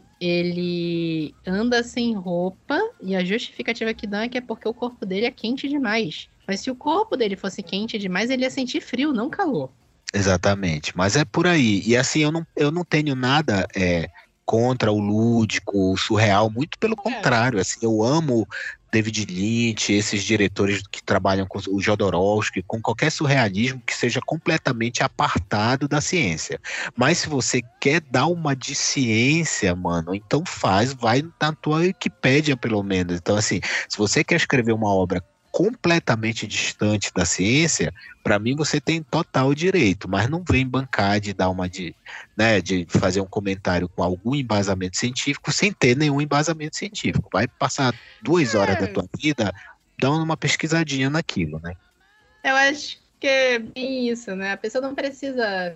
ele anda sem roupa e a justificativa que dá é que é porque o corpo dele é quente demais. Mas se o corpo dele fosse quente demais, ele ia sentir frio, não calor. Exatamente, mas é por aí. E assim, eu não, eu não tenho nada é, contra o lúdico, o surreal, muito pelo é. contrário. Assim, eu amo David Lynch, esses diretores que trabalham com o Jodorowsky, com qualquer surrealismo que seja completamente apartado da ciência. Mas se você quer dar uma de ciência, mano, então faz, vai na tua Wikipédia, pelo menos. Então, assim, se você quer escrever uma obra completamente distante da ciência, para mim você tem total direito, mas não vem bancar de dar uma de, né, de fazer um comentário com algum embasamento científico sem ter nenhum embasamento científico. Vai passar duas horas é. da tua vida dando uma pesquisadinha naquilo, né? Eu acho que é bem isso, né? A pessoa não precisa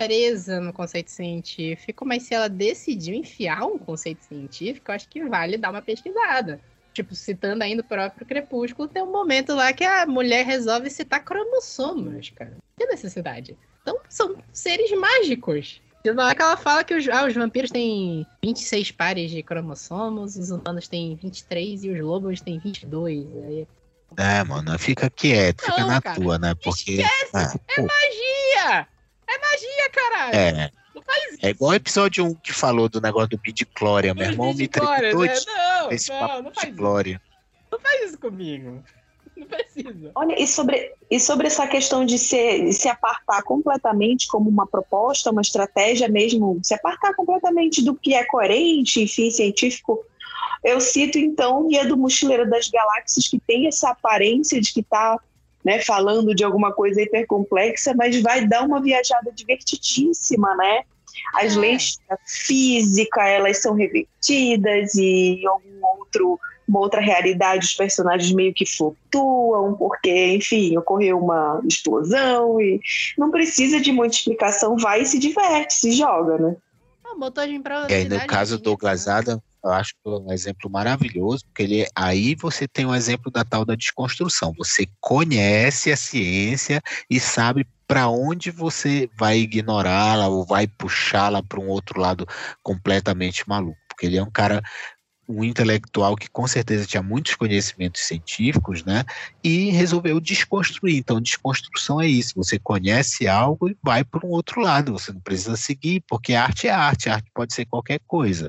presa no conceito científico, mas se ela decidiu enfiar um conceito científico, eu acho que vale dar uma pesquisada. Tipo, citando ainda o próprio Crepúsculo, tem um momento lá que a mulher resolve citar cromossomos, cara. Que necessidade? Então, são seres mágicos. Na hora que ela fala que os, ah, os vampiros têm vinte e seis pares de cromossomos, os humanos têm vinte e três e os lobos têm vinte e dois. Aí... É, mano, fica quieto, Não, fica na cara, tua, né? Porque. Esquece! Ah, é pô, magia! É magia, caralho! é. Não faz isso! É igual o episódio um que falou do negócio do midi-chlorian. Meu Os irmão me midi-chlorians, tretou né? Não, esse não, papo não faz de isso. glória. Não faz isso comigo. Não precisa. Olha, e sobre, e sobre essa questão de se, de se apartar completamente como uma proposta, uma estratégia mesmo, se apartar completamente do que é coerente, enfim, científico, eu cito então o Guia do Mochileiro das Galáxias, que tem essa aparência de que está, né, falando de alguma coisa hipercomplexa, mas vai dar uma viajada divertidíssima, né? As É. leis da física, elas são revertidas e algum outro... uma outra realidade, os personagens meio que flutuam, porque, enfim, ocorreu uma explosão e não precisa de muita explicação, vai e se diverte, se joga, né? Ah, botou de E aí, improvisação. no caso do Douglas Adams, eu acho que é um exemplo maravilhoso, porque ele, aí você tem um exemplo da tal da desconstrução. Você conhece a ciência e sabe para onde você vai ignorá-la ou vai puxá-la para um outro lado completamente maluco. Porque ele é um cara, um intelectual que com certeza tinha muitos conhecimentos científicos, né? E resolveu desconstruir. Então, desconstrução é isso. Você conhece algo e vai para um outro lado. Você não precisa seguir, porque arte é arte. Arte pode ser qualquer coisa.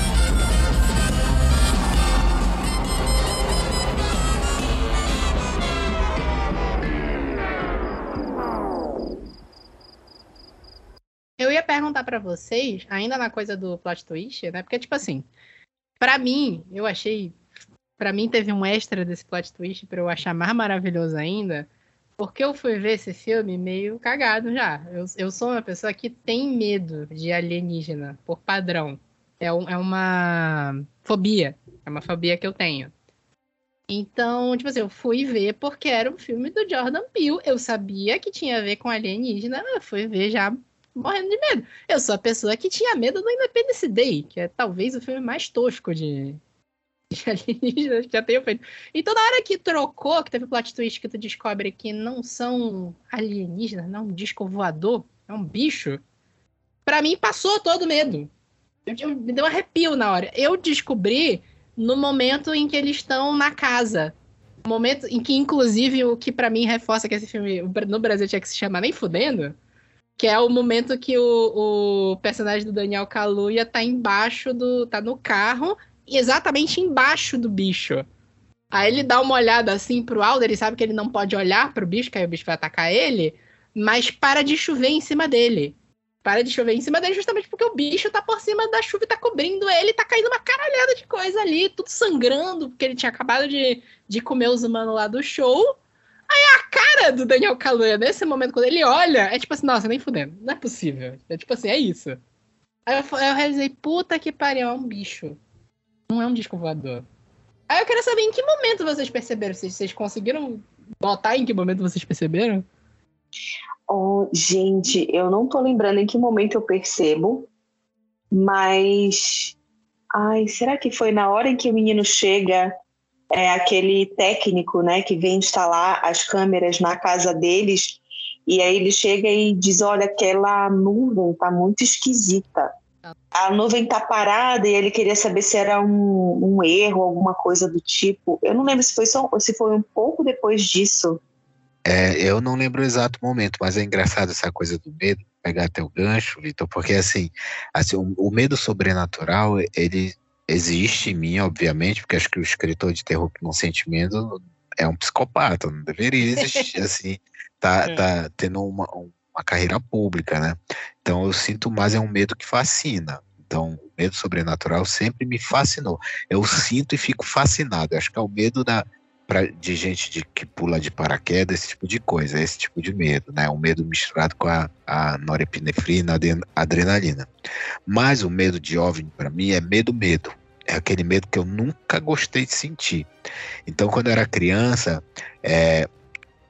Eu ia perguntar pra vocês, ainda na coisa do plot twist, né? Porque, tipo assim, pra mim, eu achei... Pra mim teve um extra desse plot twist pra eu achar mais maravilhoso ainda, porque eu fui ver esse filme meio cagado já. Eu, eu sou uma pessoa que tem medo de alienígena, por padrão. É, um, é uma fobia. É uma fobia que eu tenho. Então, tipo assim, eu fui ver porque era um filme do Jordan Peele. Eu sabia que tinha a ver com alienígena, eu fui ver já morrendo de medo. Eu sou a pessoa que tinha medo do Independence Day, que é talvez o filme mais tosco de, de alienígenas que já tenho feito. Então, na hora que trocou, que teve o plot twist que tu descobre que não são alienígenas, não é um disco voador, é um bicho, pra mim passou todo o medo. Eu, eu, me deu um arrepio na hora. Eu descobri no momento em que eles estão na casa. No momento em que, inclusive, o que pra mim reforça que esse filme no Brasil tinha que se chamar Nem Fudendo, que é o momento que o, o personagem do Daniel Kaluuya tá embaixo do... tá no carro, exatamente embaixo do bicho. Aí ele dá uma olhada assim pro Alder, ele sabe que ele não pode olhar pro bicho, que aí o bicho vai atacar ele, mas para de chover em cima dele. Para de chover em cima dele justamente porque o bicho tá por cima da chuva e tá cobrindo ele, tá caindo uma caralhada de coisa ali, tudo sangrando, porque ele tinha acabado de, de comer os humanos lá do show. Aí a cara do Daniel Kaluuya, nesse momento, quando ele olha, é tipo assim, nossa, nem fudendo, não é possível. É tipo assim, é isso. Aí eu, eu realizei, puta que pariu, é um bicho. Não é um disco voador. Aí eu queria saber em que momento vocês perceberam, vocês, vocês conseguiram botar em que momento vocês perceberam? Oh, gente, eu não tô lembrando em que momento eu percebo, mas... Ai, será que foi na hora em que o menino chega, é, aquele técnico, né, que vem instalar as câmeras na casa deles, e aí ele chega e diz, olha, aquela nuvem tá muito esquisita. A nuvem tá parada e ele queria saber se era um, um erro, alguma coisa do tipo. Eu não lembro se foi, só, se foi um pouco depois disso. É, eu não lembro o exato momento, mas é engraçado essa coisa do medo, pegar até o gancho, Vitor, porque assim, assim o, o medo sobrenatural, ele existe em mim, obviamente, porque acho que o escritor de terror que não sente medo é um psicopata, não deveria existir, assim, tá, É. tá tendo uma, uma carreira pública, né? Então eu sinto mais é um medo que fascina. Então, o medo sobrenatural sempre me fascinou. Eu sinto e fico fascinado. Eu acho que é o medo da Pra, de gente de, que pula de paraquedas, esse tipo de coisa, esse tipo de medo, né? Um medo misturado com a, a norepinefrina, a adrenalina. Mas o medo de OVNI, para mim, é medo-medo. É aquele medo que eu nunca gostei de sentir. Então, quando eu era criança, é,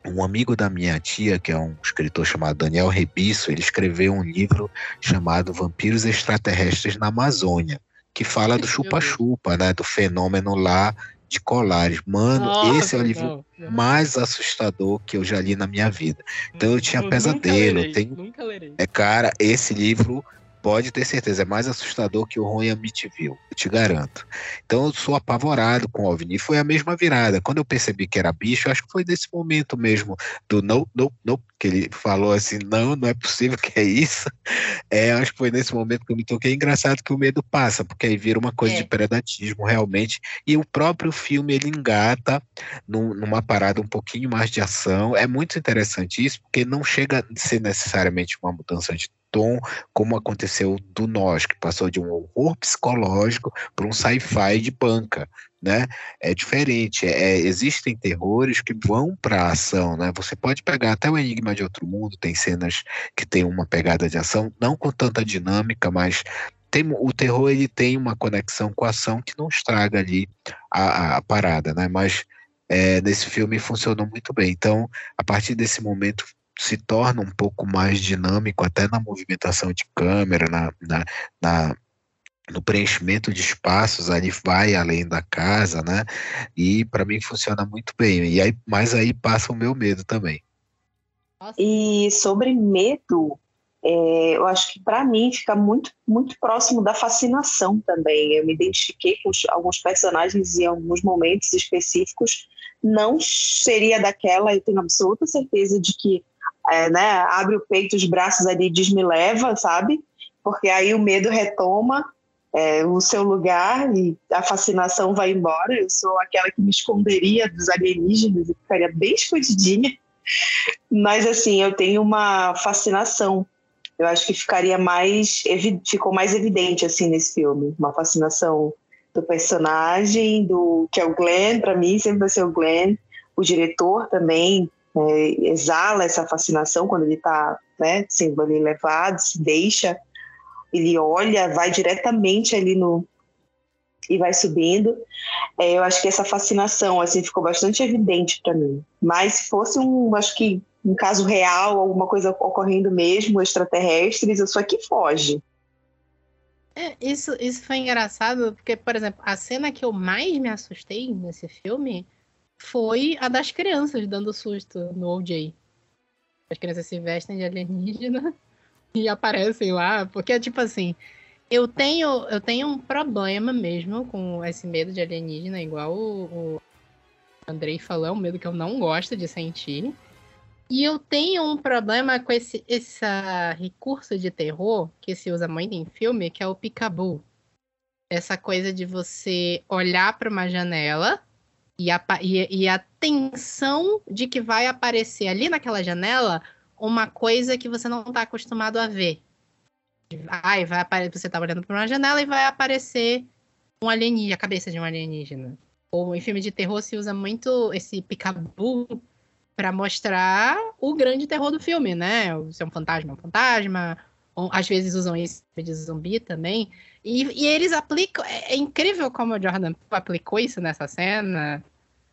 um amigo da minha tia, que é um escritor chamado Daniel Rebisso, ele escreveu um livro chamado Vampiros Extraterrestres na Amazônia, que fala do chupa-chupa, né, do fenômeno lá de Colares. Mano, Nossa, esse é o livro não, não. mais assustador que eu já li na minha vida. Então eu tinha Eu pesadelo, nunca eu lerei, tenho... nunca lerei. É, cara, esse livro pode ter certeza, é mais assustador que o Ruim Amityville, eu te garanto. Então eu sou apavorado com o OVNI. Foi a mesma virada. Quando eu percebi que era bicho, acho que foi nesse momento mesmo do não, não, não, que ele falou assim, não, não é possível que é isso. É, acho que foi nesse momento que eu me toquei. É engraçado que o medo passa, porque aí vira uma coisa É. de predatismo realmente, e o próprio filme ele engata num- numa parada um pouquinho mais de ação. É muito interessante isso, porque não chega a ser necessariamente uma mudança de tom, como aconteceu do Nós, que passou de um horror psicológico para um sci-fi de banca, né? É diferente. É, existem terrores que vão para a ação, né? Você pode pegar até o Enigma de Outro Mundo, tem cenas que tem uma pegada de ação, não com tanta dinâmica, mas tem, o terror ele tem uma conexão com a ação que não estraga ali a, a- a parada, né? Mas é, nesse filme funcionou muito bem. Então, a partir desse momento se torna um pouco mais dinâmico, até na movimentação de câmera, na, na, na- no preenchimento de espaços, ali vai além da casa, né? E para mim funciona muito bem. E aí, mas aí passa o meu medo também. Nossa, E sobre medo, é, eu acho que para mim fica muito, muito próximo da fascinação também. Eu me identifiquei com os- alguns personagens em alguns momentos específicos. Não seria daquela, eu tenho absoluta certeza de que é, né, abre o peito, os braços ali, diz me leva, sabe? Porque aí o medo retoma é, o seu lugar e a fascinação vai embora. Eu sou aquela que me esconderia dos alienígenas e ficaria bem escondidinha. Mas assim, eu tenho uma fascinação. Eu acho que ficaria mais evi- ficou mais evidente assim nesse filme, uma fascinação do personagem, do que é o Glenn, para mim sempre vai ser o Glenn. O diretor também é, exala essa fascinação quando ele está, né, sendo ali levado, se deixa, ele olha, vai diretamente ali no e vai subindo. É, eu acho que essa fascinação assim ficou bastante evidente para mim. Mas se fosse um, acho que um caso real, alguma coisa ocorrendo mesmo, extraterrestres, eu sou a que foge. É, isso, isso foi engraçado, porque, por exemplo, a cena que eu mais me assustei nesse filme foi a das crianças dando susto no O J. As crianças se vestem de alienígena e aparecem lá, porque, tipo assim, eu tenho, eu tenho um problema mesmo com esse medo de alienígena, igual o, o Andrei falou, é um medo que eu não gosto de sentir. E eu tenho um problema com esse, esse recurso de terror que se usa muito em filme, que é o peekaboo. Essa coisa de você olhar para uma janela e a, e, e a tensão de que vai aparecer ali naquela janela uma coisa que você não está acostumado a ver. Ai, vai aparecer, você tá olhando para uma janela e vai aparecer um alienígena, a cabeça de um alienígena. Ou em filme de terror se usa muito esse peekaboo para mostrar o grande terror do filme, né? Se é um fantasma, é um fantasma. Ou, às vezes usam isso de zumbi também. E, e eles aplicam... É, é incrível como o Jordan Peele aplicou isso nessa cena.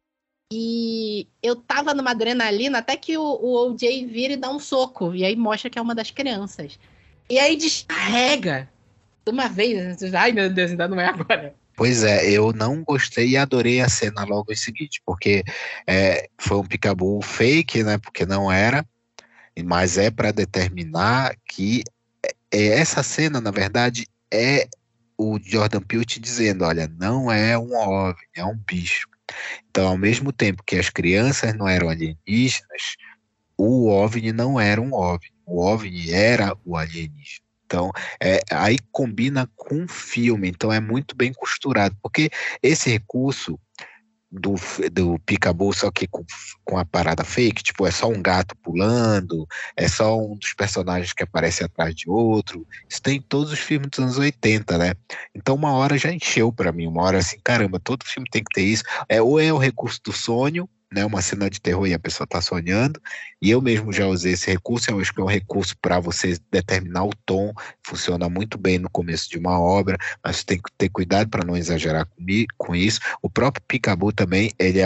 E eu tava numa adrenalina até que o, o O J vira e dá um soco. E aí mostra que é uma das crianças. E aí descarrega de uma vez. Ai, meu Deus, ainda não é agora. Pois é, eu não gostei e adorei a cena logo em seguinte, porque é, foi um peekaboo fake, né? Porque não era, mas é para determinar que é, essa cena, na verdade, é o Jordan Peele te dizendo, olha, não é um OVNI, é um bicho. Então, ao mesmo tempo que as crianças não eram alienígenas, o OVNI não era um OVNI, o OVNI era o alienígena. Então, é, aí combina com o filme, então é muito bem costurado, porque esse recurso do, do peekaboo, só que com, com a parada fake, tipo, é só um gato pulando, é só um dos personagens que aparece atrás de outro, isso tem em todos os filmes dos anos oitenta, né? Então uma hora já encheu pra mim, uma hora assim, caramba, todo filme tem que ter isso, é, ou é o recurso do sonho, né, uma cena de terror e a pessoa está sonhando, e eu mesmo já usei esse recurso, eu acho que é um recurso para você determinar o tom, funciona muito bem no começo de uma obra, mas você tem que ter cuidado para não exagerar com, com isso. O próprio peekaboo também, ele é um,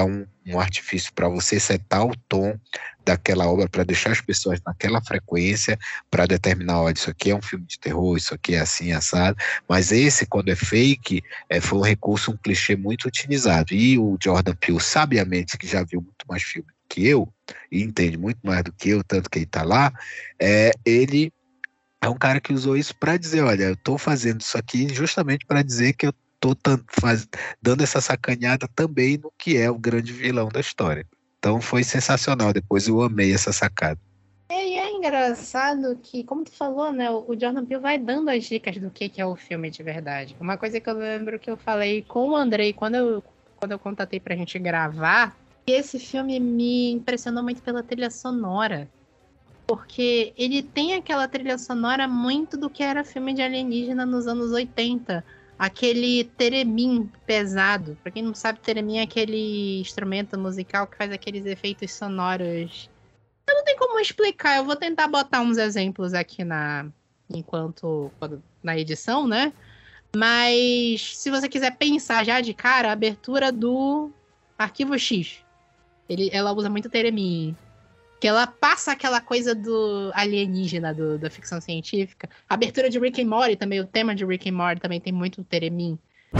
um artifício para você setar o tom daquela obra, para deixar as pessoas naquela frequência, para determinar, olha, isso aqui é um filme de terror, isso aqui é assim, assado. Mas esse, quando é fake, é, foi um recurso, um clichê muito utilizado. E o Jordan Peele, sabiamente, que já viu muito mais filme do que eu, e entende muito mais do que eu, tanto que ele está lá, é, ele é um cara que usou isso para dizer, olha, eu estou fazendo isso aqui justamente para dizer que eu estou dando essa sacaneada também no que é o grande vilão da história. Então foi sensacional, depois eu amei essa sacada. É, e é engraçado que, como tu falou, né, o Jordan Peele vai dando as dicas do que, que é o filme de verdade. Uma coisa que eu lembro que eu falei com o Andrei quando eu, quando eu contatei pra gente gravar, que esse filme me impressionou muito pela trilha sonora. Porque ele tem aquela trilha sonora muito do que era filme de alienígena nos anos oitenta. Aquele theremin pesado. Pra quem não sabe, theremin é aquele instrumento musical que faz aqueles efeitos sonoros. Eu não tenho como explicar. Eu vou tentar botar uns exemplos aqui na enquanto na edição, né? Mas se você quiser pensar já de cara, a abertura do Arquivo X. Ele, ela usa muito theremin. Que ela passa aquela coisa do alienígena, do, da ficção científica. A abertura de Rick and Morty também, o tema de Rick and Morty também tem muito theremin.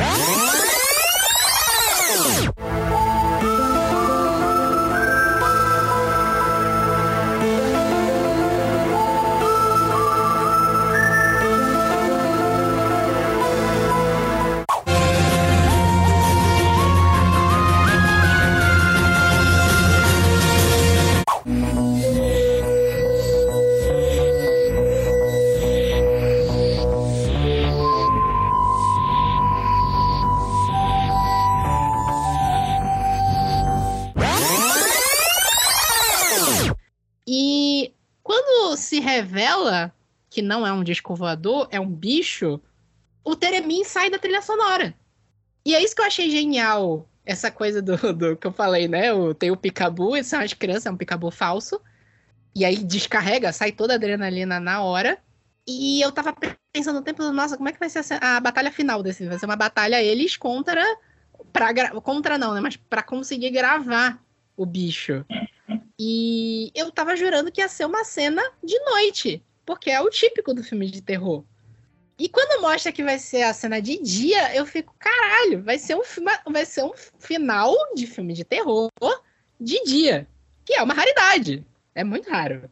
E quando se revela que não é um disco voador, é um bicho, o theremin sai da trilha sonora. E é isso que eu achei genial, essa coisa do, do que eu falei, né? O, tem o Peekaboo, são as crianças, é um Peekaboo falso. E aí descarrega, sai toda a adrenalina na hora. E eu tava pensando no tempo, nossa, como é que vai ser a, a batalha final desse? Vai ser uma batalha eles contra... Pra, contra não, né? Mas pra conseguir gravar o bicho. E eu tava jurando que ia ser uma cena de noite, porque é o típico do filme de terror. E quando mostra que vai ser a cena de dia, eu fico, caralho, vai ser um, vai ser um final de filme de terror de dia, que é uma raridade. É muito raro.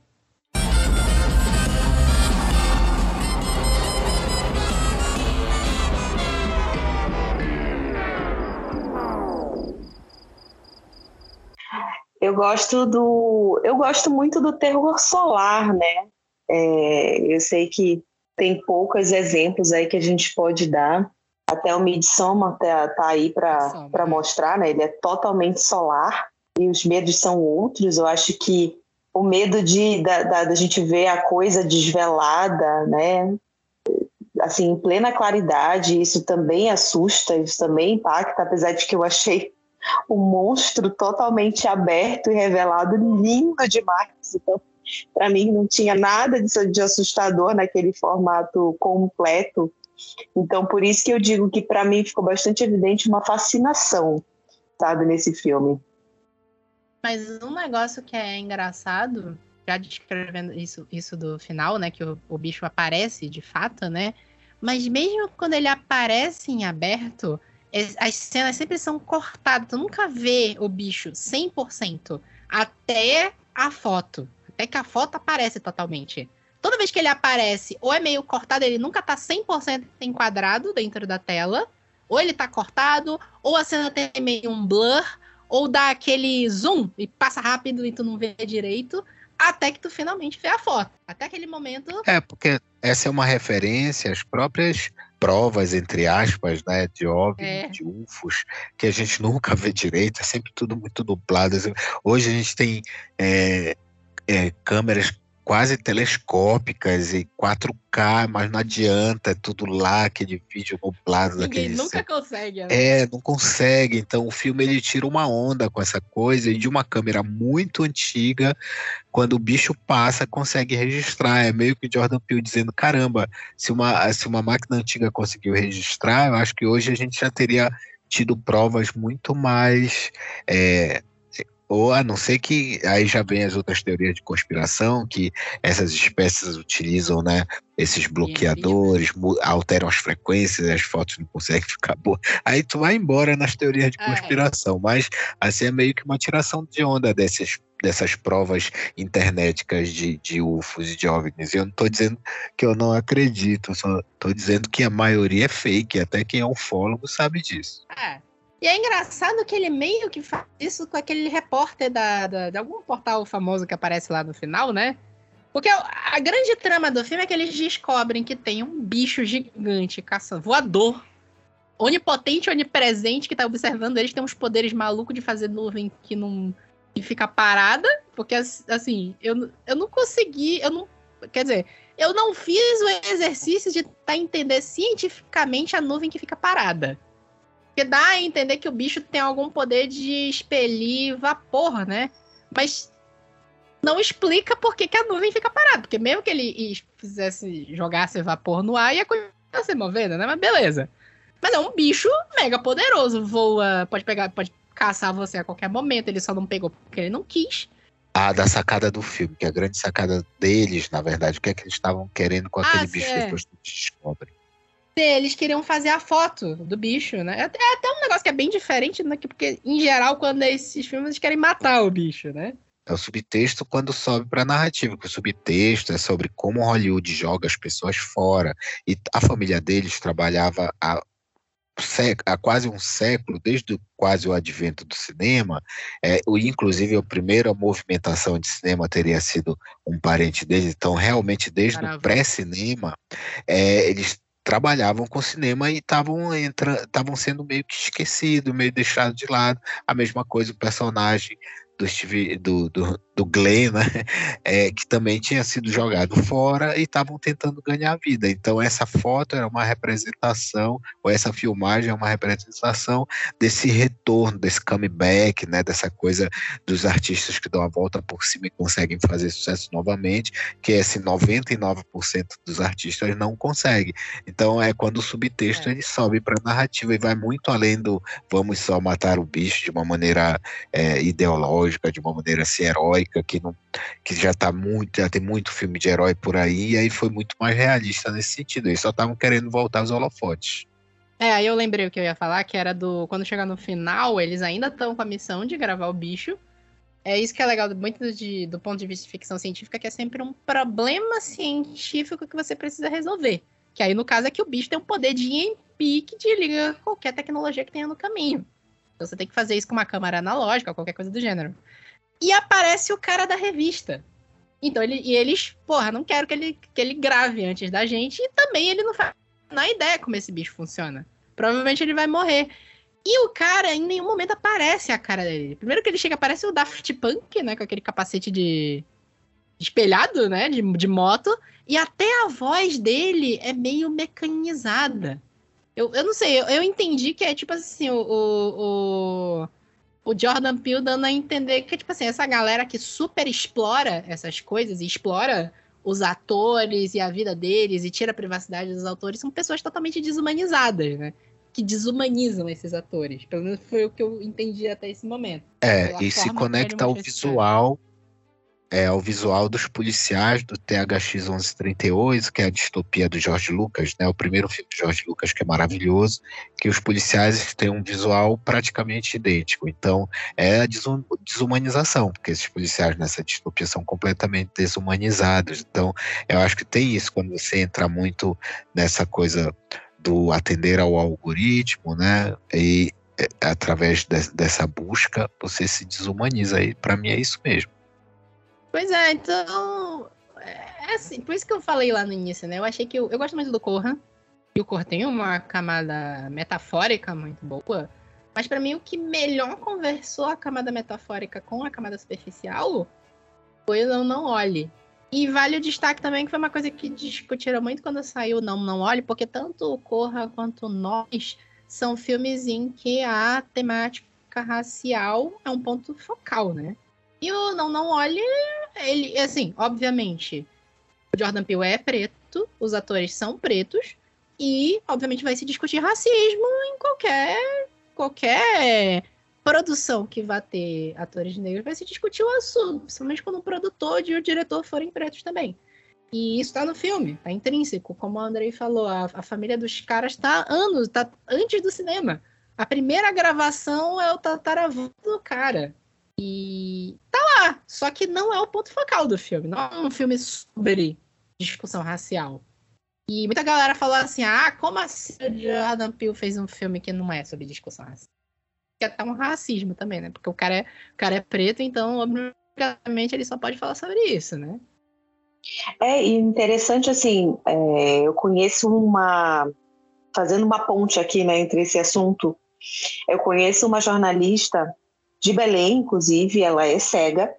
Eu gosto do, eu gosto muito do terror solar, né? É, eu sei que tem poucos exemplos aí que a gente pode dar. Até o Midsommar tá, tá aí para mostrar, né? Ele é totalmente solar e os medos são outros. Eu acho que o medo de da, da, da gente ver a coisa desvelada, né? Assim, em plena claridade, isso também assusta, isso também impacta, apesar de que eu achei um monstro totalmente aberto e revelado, lindo demais. Então, para mim, não tinha nada de, de assustador naquele formato completo. Então, por isso que eu digo que, para mim, ficou bastante evidente uma fascinação, sabe, nesse filme. Mas um negócio que é engraçado, já descrevendo isso, isso do final, né, que o, o bicho aparece de fato, né, mas mesmo quando ele aparece em aberto, as cenas sempre são cortadas. Tu nunca vê o bicho cem por cento até a foto. Até que a foto aparece totalmente. Toda vez que ele aparece, ou é meio cortado, ele nunca tá cem por cento enquadrado dentro da tela, ou ele tá cortado, ou a cena tem meio um blur, ou dá aquele zoom e passa rápido e tu não vê direito, até que tu finalmente vê a foto. Até aquele momento... É, porque essa é uma referência às próprias provas, entre aspas, né, de OVNI, é. de U F Os, que a gente nunca vê direito, é sempre tudo muito dublado. Hoje a gente tem é, é, câmeras quase telescópicas e quatro K, mas não adianta, é tudo lá, aquele vídeo nublado. Ninguém daquele... nunca consegue. Né? É, não consegue. Então o filme ele tira uma onda com essa coisa e de uma câmera muito antiga, quando o bicho passa, consegue registrar. É meio que o Jordan Peele dizendo, caramba, se uma, se uma máquina antiga conseguiu registrar, eu acho que hoje a gente já teria tido provas muito mais... É, Ou a não ser que aí já vem as outras teorias de conspiração, que essas espécies utilizam, né, esses bloqueadores, mu- alteram as frequências, as fotos não conseguem ficar boas. Aí tu vai embora nas teorias de É. conspiração, mas assim é meio que uma tiração de onda dessas, dessas provas internéticas de, de U F Os e de OVNIs. Eu não estou dizendo que eu não acredito, só estou dizendo que a maioria é fake, até quem é ufólogo sabe disso. É. E é engraçado que ele meio que faz isso com aquele repórter da, da- de algum portal famoso que aparece lá no final, né? Porque a, a grande trama do filme é que eles descobrem que tem um bicho gigante, caça voador, onipotente, onipresente, que tá observando eles, tem uns poderes malucos de fazer nuvem que não que fica parada, porque assim, eu, eu não consegui, eu não, quer dizer, eu não fiz o exercício de tentar entender cientificamente a nuvem que fica parada. Porque dá a entender que o bicho tem algum poder de expelir vapor, né? Mas não explica por que, que a nuvem fica parada. Porque mesmo que ele fizesse, jogasse vapor no ar, ia continuar se movendo, né? Mas beleza. Mas é um bicho mega poderoso. Voa, pode pegar, pode caçar você a qualquer momento. Ele só não pegou porque ele não quis. A da sacada do filme, que a grande sacada deles, na verdade, o que é que eles estavam querendo com aquele Ah, bicho é. depois que eles descobrem. Eles queriam fazer a foto do bicho, né? É até é até um negócio que é bem diferente, né? Porque, em geral, quando é esses filmes, eles querem matar o bicho, né? É o subtexto quando sobe para a narrativa, que o subtexto é sobre como Hollywood joga as pessoas fora. E a família deles trabalhava há, sé- há quase um século, desde o, quase o advento do cinema. É, o, inclusive, a primeira movimentação de cinema teria sido um parente deles. Então, realmente, desde o Caravana. pré-cinema, é, eles trabalhavam com cinema e estavam entra- estavam sendo meio que esquecidos, meio deixados de lado. A mesma coisa o personagem do, Steve, do, do, do Glenn, né? É, que também tinha sido jogado fora e estavam tentando ganhar vida. Então essa foto era uma representação, ou essa filmagem é uma representação desse retorno, desse comeback, né? Dessa coisa dos artistas que dão a volta por cima e conseguem fazer sucesso novamente, que esse noventa e nove por cento dos artistas não consegue. Então é quando o subtexto É. ele sobe para a narrativa e vai muito além do vamos só matar o bicho de uma maneira é, ideológica, de uma maneira assim, heróica, que, não, que já tá muito, já tem muito filme de herói por aí, e aí foi muito mais realista nesse sentido. Eles só estavam querendo voltar aos holofotes. É, aí eu lembrei o que eu ia falar, que era do... Quando chegar no final, eles ainda estão com a missão de gravar o bicho. É isso que é legal muito de, do ponto de vista de ficção científica, que é sempre um problema científico que você precisa resolver. Que aí, no caso, é que o bicho tem um poder de E M P que desliga qualquer tecnologia que tenha no caminho. Então você tem que fazer isso com uma câmera analógica, qualquer coisa do gênero. E aparece o cara da revista. Então, ele, e eles, porra, não quero que ele, que ele grave antes da gente. E também ele não faz na ideia como esse bicho funciona. Provavelmente ele vai morrer. E o cara, em nenhum momento, aparece a cara dele. Primeiro que ele chega, aparece o Daft Punk, né? Com aquele capacete de... espelhado, né? De, de moto. E até a voz dele é meio mecanizada. Eu, eu não sei, eu, eu entendi que é tipo assim, o... o, o... O Jordan Peele dando a entender que, tipo assim, essa galera que super explora essas coisas e explora os atores e a vida deles e tira a privacidade dos autores são pessoas totalmente desumanizadas, né? Que desumanizam esses atores. Pelo menos foi o que eu entendi até esse momento. É, Pela e se forma como ele conecta ao mostrou esse cara. visual, é, ao visual dos policiais do T H X onze trinta e oito, que é a distopia do George Lucas, né? O primeiro filme do George Lucas, que é maravilhoso, que os policiais têm um visual praticamente idêntico. Então, é a desum- desumanização, porque esses policiais nessa distopia são completamente desumanizados. Então, eu acho que tem isso quando você entra muito nessa coisa do atender ao algoritmo, né? E é, através de- dessa busca, você se desumaniza. E para mim é isso mesmo. Pois é, então... É assim, por isso que eu falei lá no início, né? Eu achei que... Eu, eu gosto muito do Corra. E o Corra tem uma camada metafórica muito boa. Mas pra mim, o que melhor conversou a camada metafórica com a camada superficial foi o Não Não Olhe. E vale o destaque também que foi uma coisa que discutiram muito quando saiu Não Não Olhe, porque tanto o Corra quanto Nós são filmes em que a temática racial é um ponto focal, né? E o Não Não Olhe, ele, assim, obviamente, o Jordan Peele é preto, os atores são pretos, e, obviamente, vai se discutir racismo em qualquer, qualquer produção que vai ter atores negros vai se discutir o assunto, principalmente quando o produtor e o diretor forem pretos também. E isso tá no filme, tá intrínseco. Como o Andrei falou, a, a família dos caras tá anos, tá antes do cinema. A primeira gravação é o tataravô do cara. E tá lá, só que não é o ponto focal do filme. Não é um filme sobre discussão racial. E muita galera falou assim, ah, como assim o Jordan Peele fez um filme que não é sobre discussão racial? Que é até um racismo também, né? Porque o cara é, o cara é preto, então, obviamente, ele só pode falar sobre isso, né? É interessante, assim, é, eu conheço uma... Fazendo uma ponte aqui, né, entre esse assunto, eu conheço uma jornalista de Belém, inclusive, ela é cega,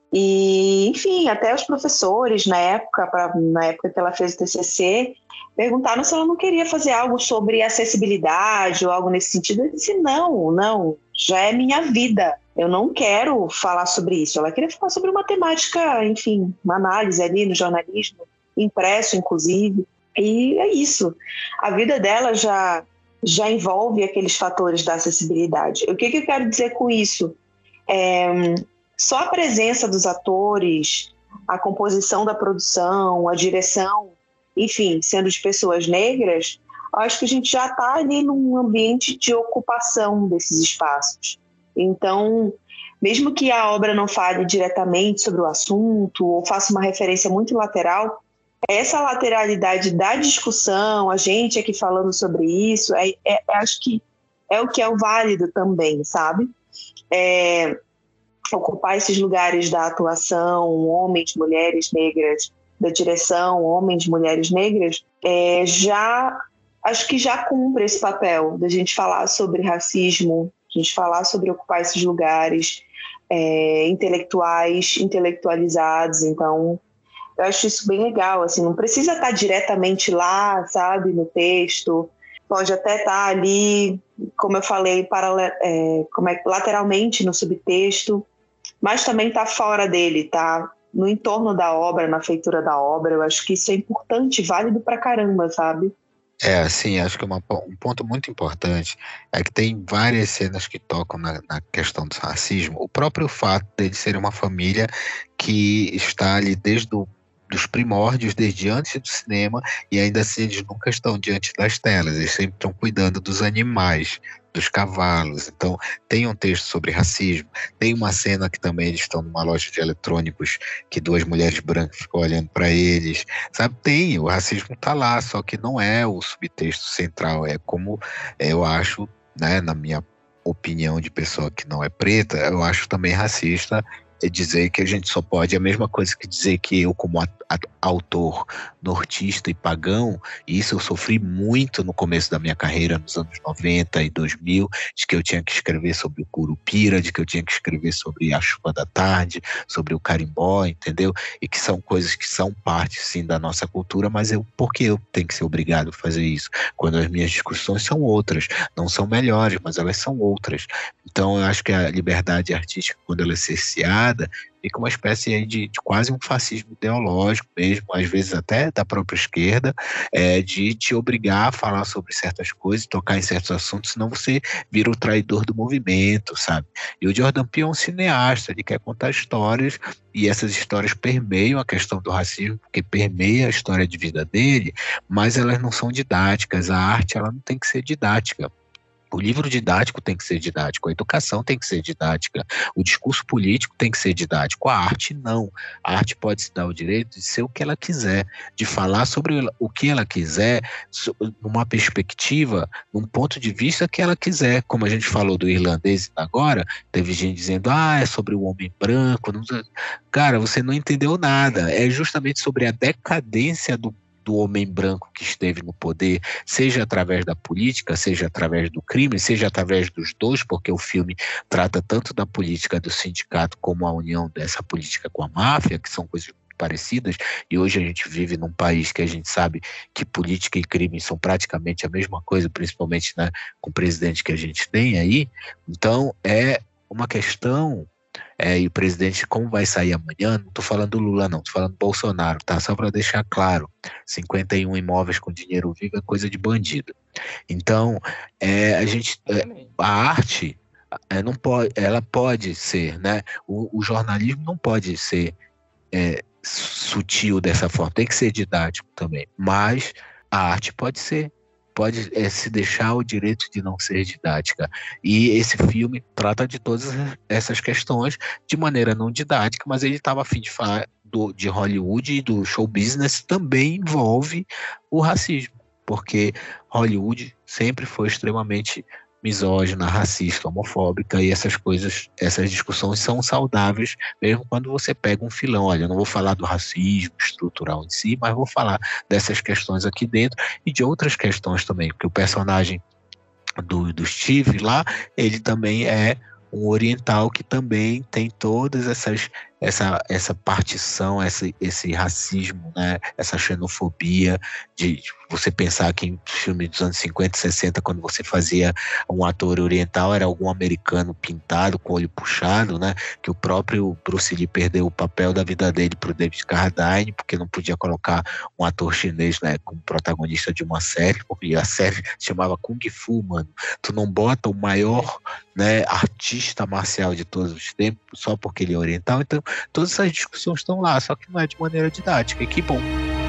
e, enfim, até os professores, na época, pra, na época que ela fez o T C C, perguntaram se ela não queria fazer algo sobre acessibilidade ou algo nesse sentido. Eu disse, não, não, já é minha vida, eu não quero falar sobre isso. Ela queria falar sobre uma temática, enfim, uma análise ali no jornalismo, impresso, inclusive, e é isso. A vida dela já, já envolve aqueles fatores da acessibilidade. O que, que eu quero dizer com isso? É, só a presença dos atores, a composição da produção, a direção, enfim, sendo de pessoas negras, acho que a gente já está ali num ambiente de ocupação desses espaços. Então, mesmo que a obra não fale diretamente sobre o assunto ou faça uma referência muito lateral, essa lateralidade da discussão, a gente aqui falando sobre isso, é, é, acho que é o que é o válido também, sabe? É, ocupar esses lugares da atuação, homens, mulheres negras, da direção, homens, mulheres negras, é, já acho que já cumpre esse papel da gente falar sobre racismo, a gente falar sobre ocupar esses lugares é, intelectuais, intelectualizados. Então, eu acho isso bem legal, assim, não precisa estar diretamente lá, sabe, no texto, pode até estar ali, como eu falei, paralel, é, como é, lateralmente no subtexto, mas também está fora dele, tá no entorno da obra, na feitura da obra. Eu acho que isso é importante, válido pra caramba, sabe? É, assim, acho que uma, um ponto muito importante é que tem várias cenas que tocam na, na questão do racismo. O próprio fato de ser uma família que está ali desde o dos primórdios, desde antes do cinema, e ainda assim eles nunca estão diante das telas, eles sempre estão cuidando dos animais, dos cavalos. Então tem um texto sobre racismo, tem uma cena que também eles estão numa loja de eletrônicos, que duas mulheres brancas ficam olhando para eles, sabe, tem, o racismo está lá, só que não é o subtexto central, é como eu acho, né, na minha opinião de pessoa que não é preta, eu acho também racista é dizer que a gente só pode, é a mesma coisa que dizer que eu, como a, a, autor nortista e pagão, e isso eu sofri muito no começo da minha carreira, nos anos noventa e dois mil, de que eu tinha que escrever sobre o Curupira, de que eu tinha que escrever sobre a Chuva da Tarde, sobre o Carimbó, entendeu? E que são coisas que são parte, sim, da nossa cultura, mas eu, por que eu tenho que ser obrigado a fazer isso? Quando as minhas discussões são outras, não são melhores, mas elas são outras. Então eu acho que a liberdade artística, quando ela é cerceada, fica uma espécie aí de, de quase um fascismo ideológico mesmo, às vezes até da própria esquerda, é, de te obrigar a falar sobre certas coisas, tocar em certos assuntos, senão você vira o traidor do movimento, sabe? E o Jordan Peele é um cineasta, ele quer contar histórias, e essas histórias permeiam a questão do racismo, porque permeia a história de vida dele, mas elas não são didáticas, a arte ela não tem que ser didática. O livro didático tem que ser didático, a educação tem que ser didática, o discurso político tem que ser didático, a arte não. A arte pode se dar o direito de ser o que ela quiser, de falar sobre o que ela quiser, numa perspectiva, num ponto de vista que ela quiser. Como a gente falou do irlandês agora, teve gente dizendo, ah, é sobre o homem branco. Não... Cara, você não entendeu nada, é justamente sobre a decadência do do homem branco que esteve no poder, seja através da política, seja através do crime, seja através dos dois, porque o filme trata tanto da política do sindicato como a união dessa política com a máfia, que são coisas muito parecidas, e hoje a gente vive num país que a gente sabe que política e crime são praticamente a mesma coisa, principalmente, né, com o presidente que a gente tem aí. Então é uma questão... É, e o presidente, como vai sair amanhã, não estou falando do Lula não, estou falando do Bolsonaro, tá? Só para deixar claro, cinquenta e um imóveis com dinheiro vivo é coisa de bandido. Então, é, a gente, é, a arte é, não pode, ela pode ser, né? O, o jornalismo não pode ser é, sutil dessa forma, tem que ser didático também, mas a arte pode ser, pode é, se deixar o direito de não ser didática, e esse filme trata de todas essas questões de maneira não didática, mas ele estava a fim de falar do, de Hollywood e do show business, também envolve o racismo, porque Hollywood sempre foi extremamente misógina, racista, homofóbica, e essas coisas, essas discussões são saudáveis, mesmo quando você pega um filão. Olha, eu não vou falar do racismo estrutural em si, mas vou falar dessas questões aqui dentro e de outras questões também, porque o personagem do, do Steve lá, ele também é um oriental que também tem todas essas essa, essa partição, esse, esse racismo, né? Essa xenofobia de você pensar que em filmes dos anos cinquenta e sessenta, quando você fazia um ator oriental, era algum americano pintado, com o olho puxado, né? Que o próprio Bruce Lee perdeu o papel da vida dele para o David Carradine, porque não podia colocar um ator chinês, né, como protagonista de uma série, porque a série se chamava Kung Fu, mano. Tu não bota o maior, né, artista marcial de todos os tempos só porque ele é oriental. Então todas essas discussões estão lá, só que não é de maneira didática, e que bom.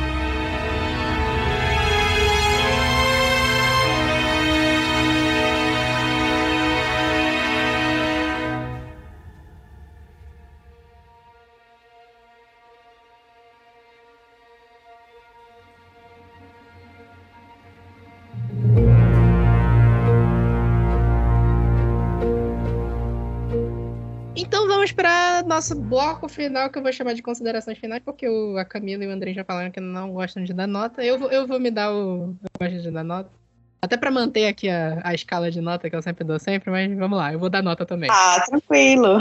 Então vamos para nosso bloco final, que eu vou chamar de considerações finais, porque o, a Camila e o Andrei já falaram que não gostam de dar nota. Eu, vou- eu vou me dar o. Eu gosto de dar nota. Até para manter aqui a, a escala de nota que eu sempre dou sempre, mas vamos lá, eu vou dar nota também. Ah, tranquilo.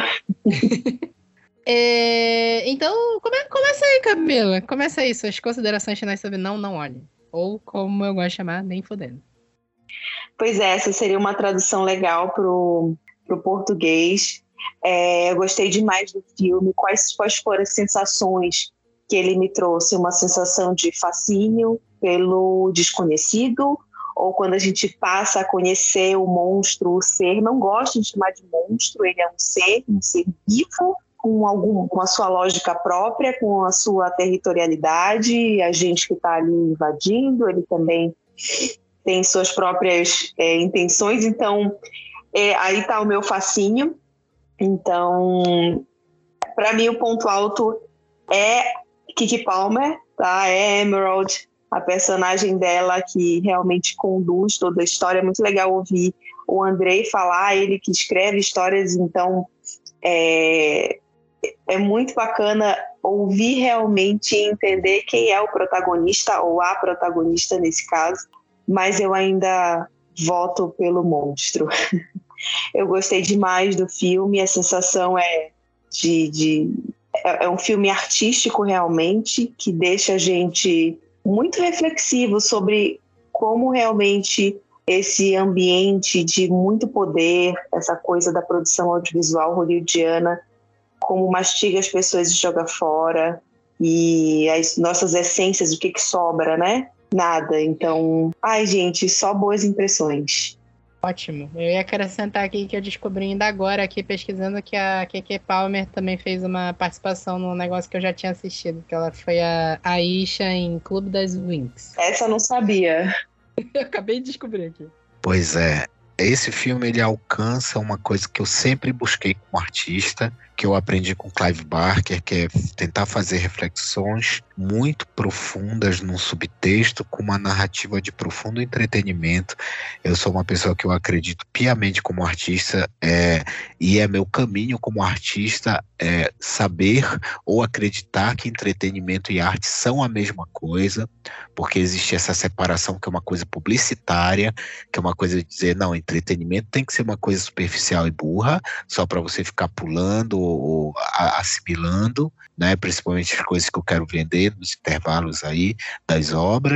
É, então, come, começa aí, Camila. Começa aí, suas considerações finais sobre Não, Não Olhe. Ou, como eu gosto de chamar, Nem Fudendo. Pois é, essa seria uma tradução legal pro, pro português. É, eu gostei demais do filme. Quais, quais foram as sensações que ele me trouxe? Uma sensação de fascínio pelo desconhecido, ou quando a gente passa a conhecer o monstro, o ser, não gosto de chamar de monstro, ele é um ser, um ser vivo, com, algum, com a sua lógica própria, com a sua territorialidade, a gente que está ali invadindo, ele também tem suas próprias é, intenções, então é, aí está o meu fascínio. Então, para mim o ponto alto é Keke Palmer, tá? É Emerald, a personagem dela que realmente conduz toda a história. É muito legal ouvir o Andrei falar, ele que escreve histórias, então é, é muito bacana ouvir realmente e entender quem é o protagonista ou a protagonista nesse caso, mas eu ainda voto pelo monstro. Eu gostei demais do filme, a sensação é de, de é, é um filme artístico realmente, que deixa a gente muito reflexivo sobre como realmente esse ambiente de muito poder, essa coisa da produção audiovisual hollywoodiana, como mastiga as pessoas e joga fora, e as nossas essências, o que que sobra, né? Nada. Então, ai gente, só boas impressões. Ótimo. Eu ia acrescentar aqui que eu descobri ainda agora, aqui pesquisando, que a Keke Palmer também fez uma participação num negócio que eu já tinha assistido, que ela foi a Aisha em Clube das Winx. Essa eu não sabia. Eu acabei de descobrir aqui. Pois é, esse filme ele alcança uma coisa que eu sempre busquei como artista, que eu aprendi com Clive Barker, que é tentar fazer reflexões muito profundas num subtexto, com uma narrativa de profundo entretenimento. Eu sou uma pessoa que eu acredito piamente como artista, é, e é meu caminho como artista é, saber ou acreditar que entretenimento e arte são a mesma coisa, porque existe essa separação que é uma coisa publicitária, que é uma coisa de dizer, não, entretenimento tem que ser uma coisa superficial e burra, só para você ficar pulando ou, ou a, assimilando, né, principalmente as coisas que eu quero vender nos intervalos aí das obras,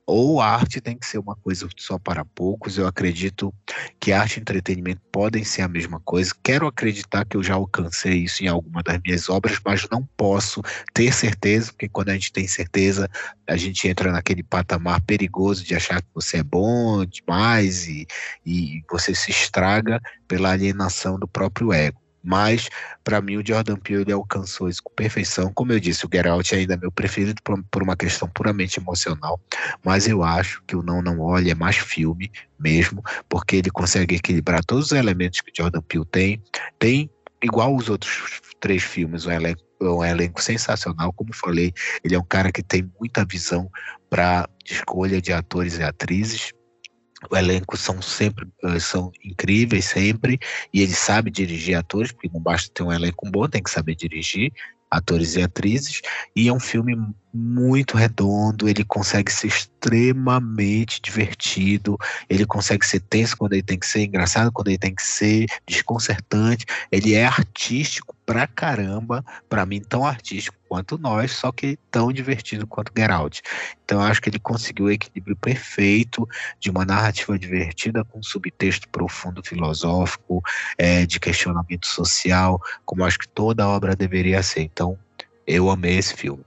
ou a arte tem que ser uma coisa só para poucos. Eu acredito que arte e entretenimento podem ser a mesma coisa. Quero acreditar que eu já alcancei isso em alguma das minhas obras, mas não posso ter certeza, porque quando a gente tem certeza, a gente entra naquele patamar perigoso de achar que você é bom demais e, e você se estraga pela alienação do próprio ego. Mas, para mim, o Jordan Peele ele alcançou isso com perfeição. Como eu disse, o Get Out ainda é meu preferido por, por uma questão puramente emocional, mas eu acho que o Não, Não Olhe é mais filme mesmo, porque ele consegue equilibrar todos os elementos que o Jordan Peele tem. Tem, igual os outros três filmes, um elenco, um elenco sensacional. Como falei, ele é um cara que tem muita visão para escolha de atores e atrizes. O elenco são sempre são incríveis sempre, e ele sabe dirigir atores, porque não basta ter um elenco bom, tem que saber dirigir atores e atrizes, e é um filme muito redondo, ele consegue ser extremamente divertido, ele consegue ser tenso quando ele tem que ser, engraçado quando ele tem que ser, desconcertante, ele é artístico pra caramba, pra mim tão artístico quanto nós, só que tão divertido quanto Get Out. Então eu acho que ele conseguiu o equilíbrio perfeito de uma narrativa divertida com um subtexto profundo filosófico, é, de questionamento social, como eu acho que toda obra deveria ser. Então eu amei esse filme.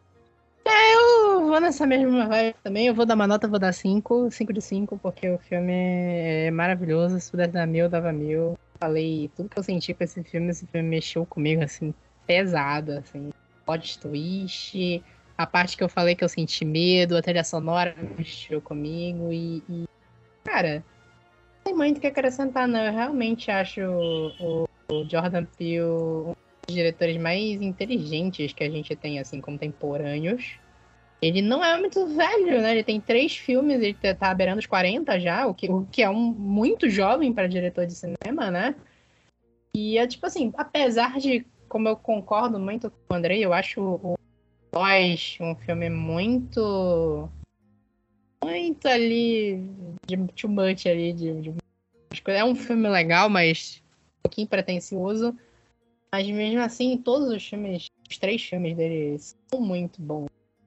É, eu vou nessa mesma vibe também. Eu vou dar uma nota, eu vou dar cinco, cinco de cinco, porque o filme é maravilhoso. Se pudesse dar mil, dava mil. Falei tudo que eu senti com esse filme. Esse filme mexeu comigo, assim, pesado, assim. Plot twist, a parte que eu falei que eu senti medo, a trilha sonora mexeu comigo e, e cara, não tem muito o que acrescentar, não. Eu realmente acho o, o Jordan Peele um dos diretores mais inteligentes que a gente tem, assim, contemporâneos. Ele não é muito velho, né? Ele tem três filmes, ele tá beirando os quarenta já, o que, o que é um, muito jovem para diretor de cinema, né? E é tipo assim, apesar de, como eu concordo muito com o Andrei, eu acho o Nós um filme muito... muito ali, de too much ali, de, de... é um filme legal, mas um pouquinho pretencioso. Mas mesmo assim, todos os filmes, os três filmes dele são muito bons.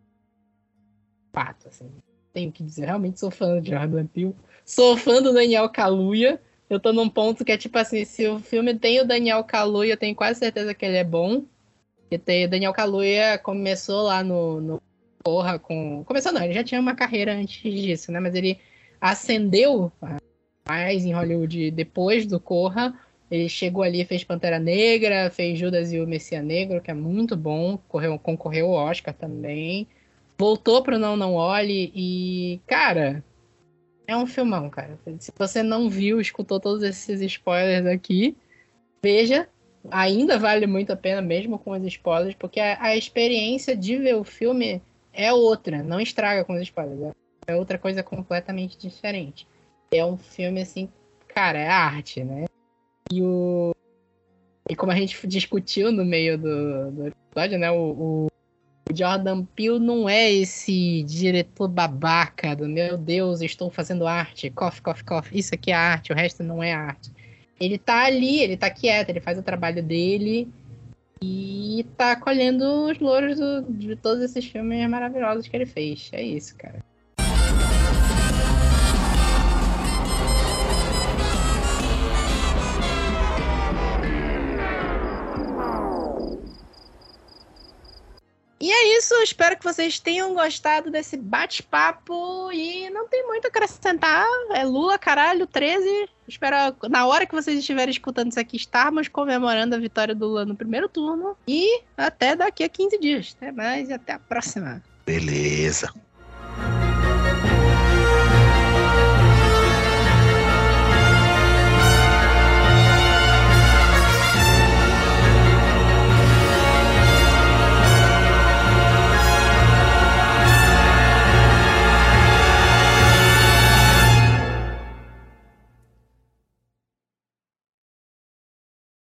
Fato, assim. Tenho que dizer, realmente sou fã de Jordan Peele. Sou fã do Daniel Kaluuya. Eu tô num ponto que é tipo assim, se o filme tem o Daniel Kaluuya, eu tenho quase certeza que ele é bom. E tem, o Daniel Kaluuya começou lá no, no Corra com... Começou não, ele já tinha uma carreira antes disso, né? Mas ele ascendeu mais em Hollywood depois do Corra. Ele chegou ali e fez Pantera Negra, fez Judas e o Messias Negro, que é muito bom. Correu, concorreu ao Oscar também. Voltou pro Não, Não Olhe e, cara, é um filmão, cara. Se você não viu, escutou todos esses spoilers aqui, veja. Ainda vale muito a pena, mesmo com os spoilers, porque a, a experiência de ver o filme é outra. Não estraga com os spoilers. É outra coisa completamente diferente. É um filme, assim, cara, é arte, né? E o... E como a gente discutiu no meio do, do episódio, né? O... o O Jordan Peele não é esse diretor babaca do meu Deus, estou fazendo arte, cof, cof, cof, isso aqui é arte, o resto não é arte. Ele tá ali, ele tá quieto, ele faz o trabalho dele e tá colhendo os louros do, de todos esses filmes maravilhosos que ele fez. É isso, cara. E é isso, espero que vocês tenham gostado desse bate-papo e não tem muito a acrescentar, é Lula, caralho, treze, espero na hora que vocês estiverem escutando isso aqui, estarmos comemorando a vitória do Lula no primeiro turno e até daqui a quinze dias, até mais e até a próxima. Beleza.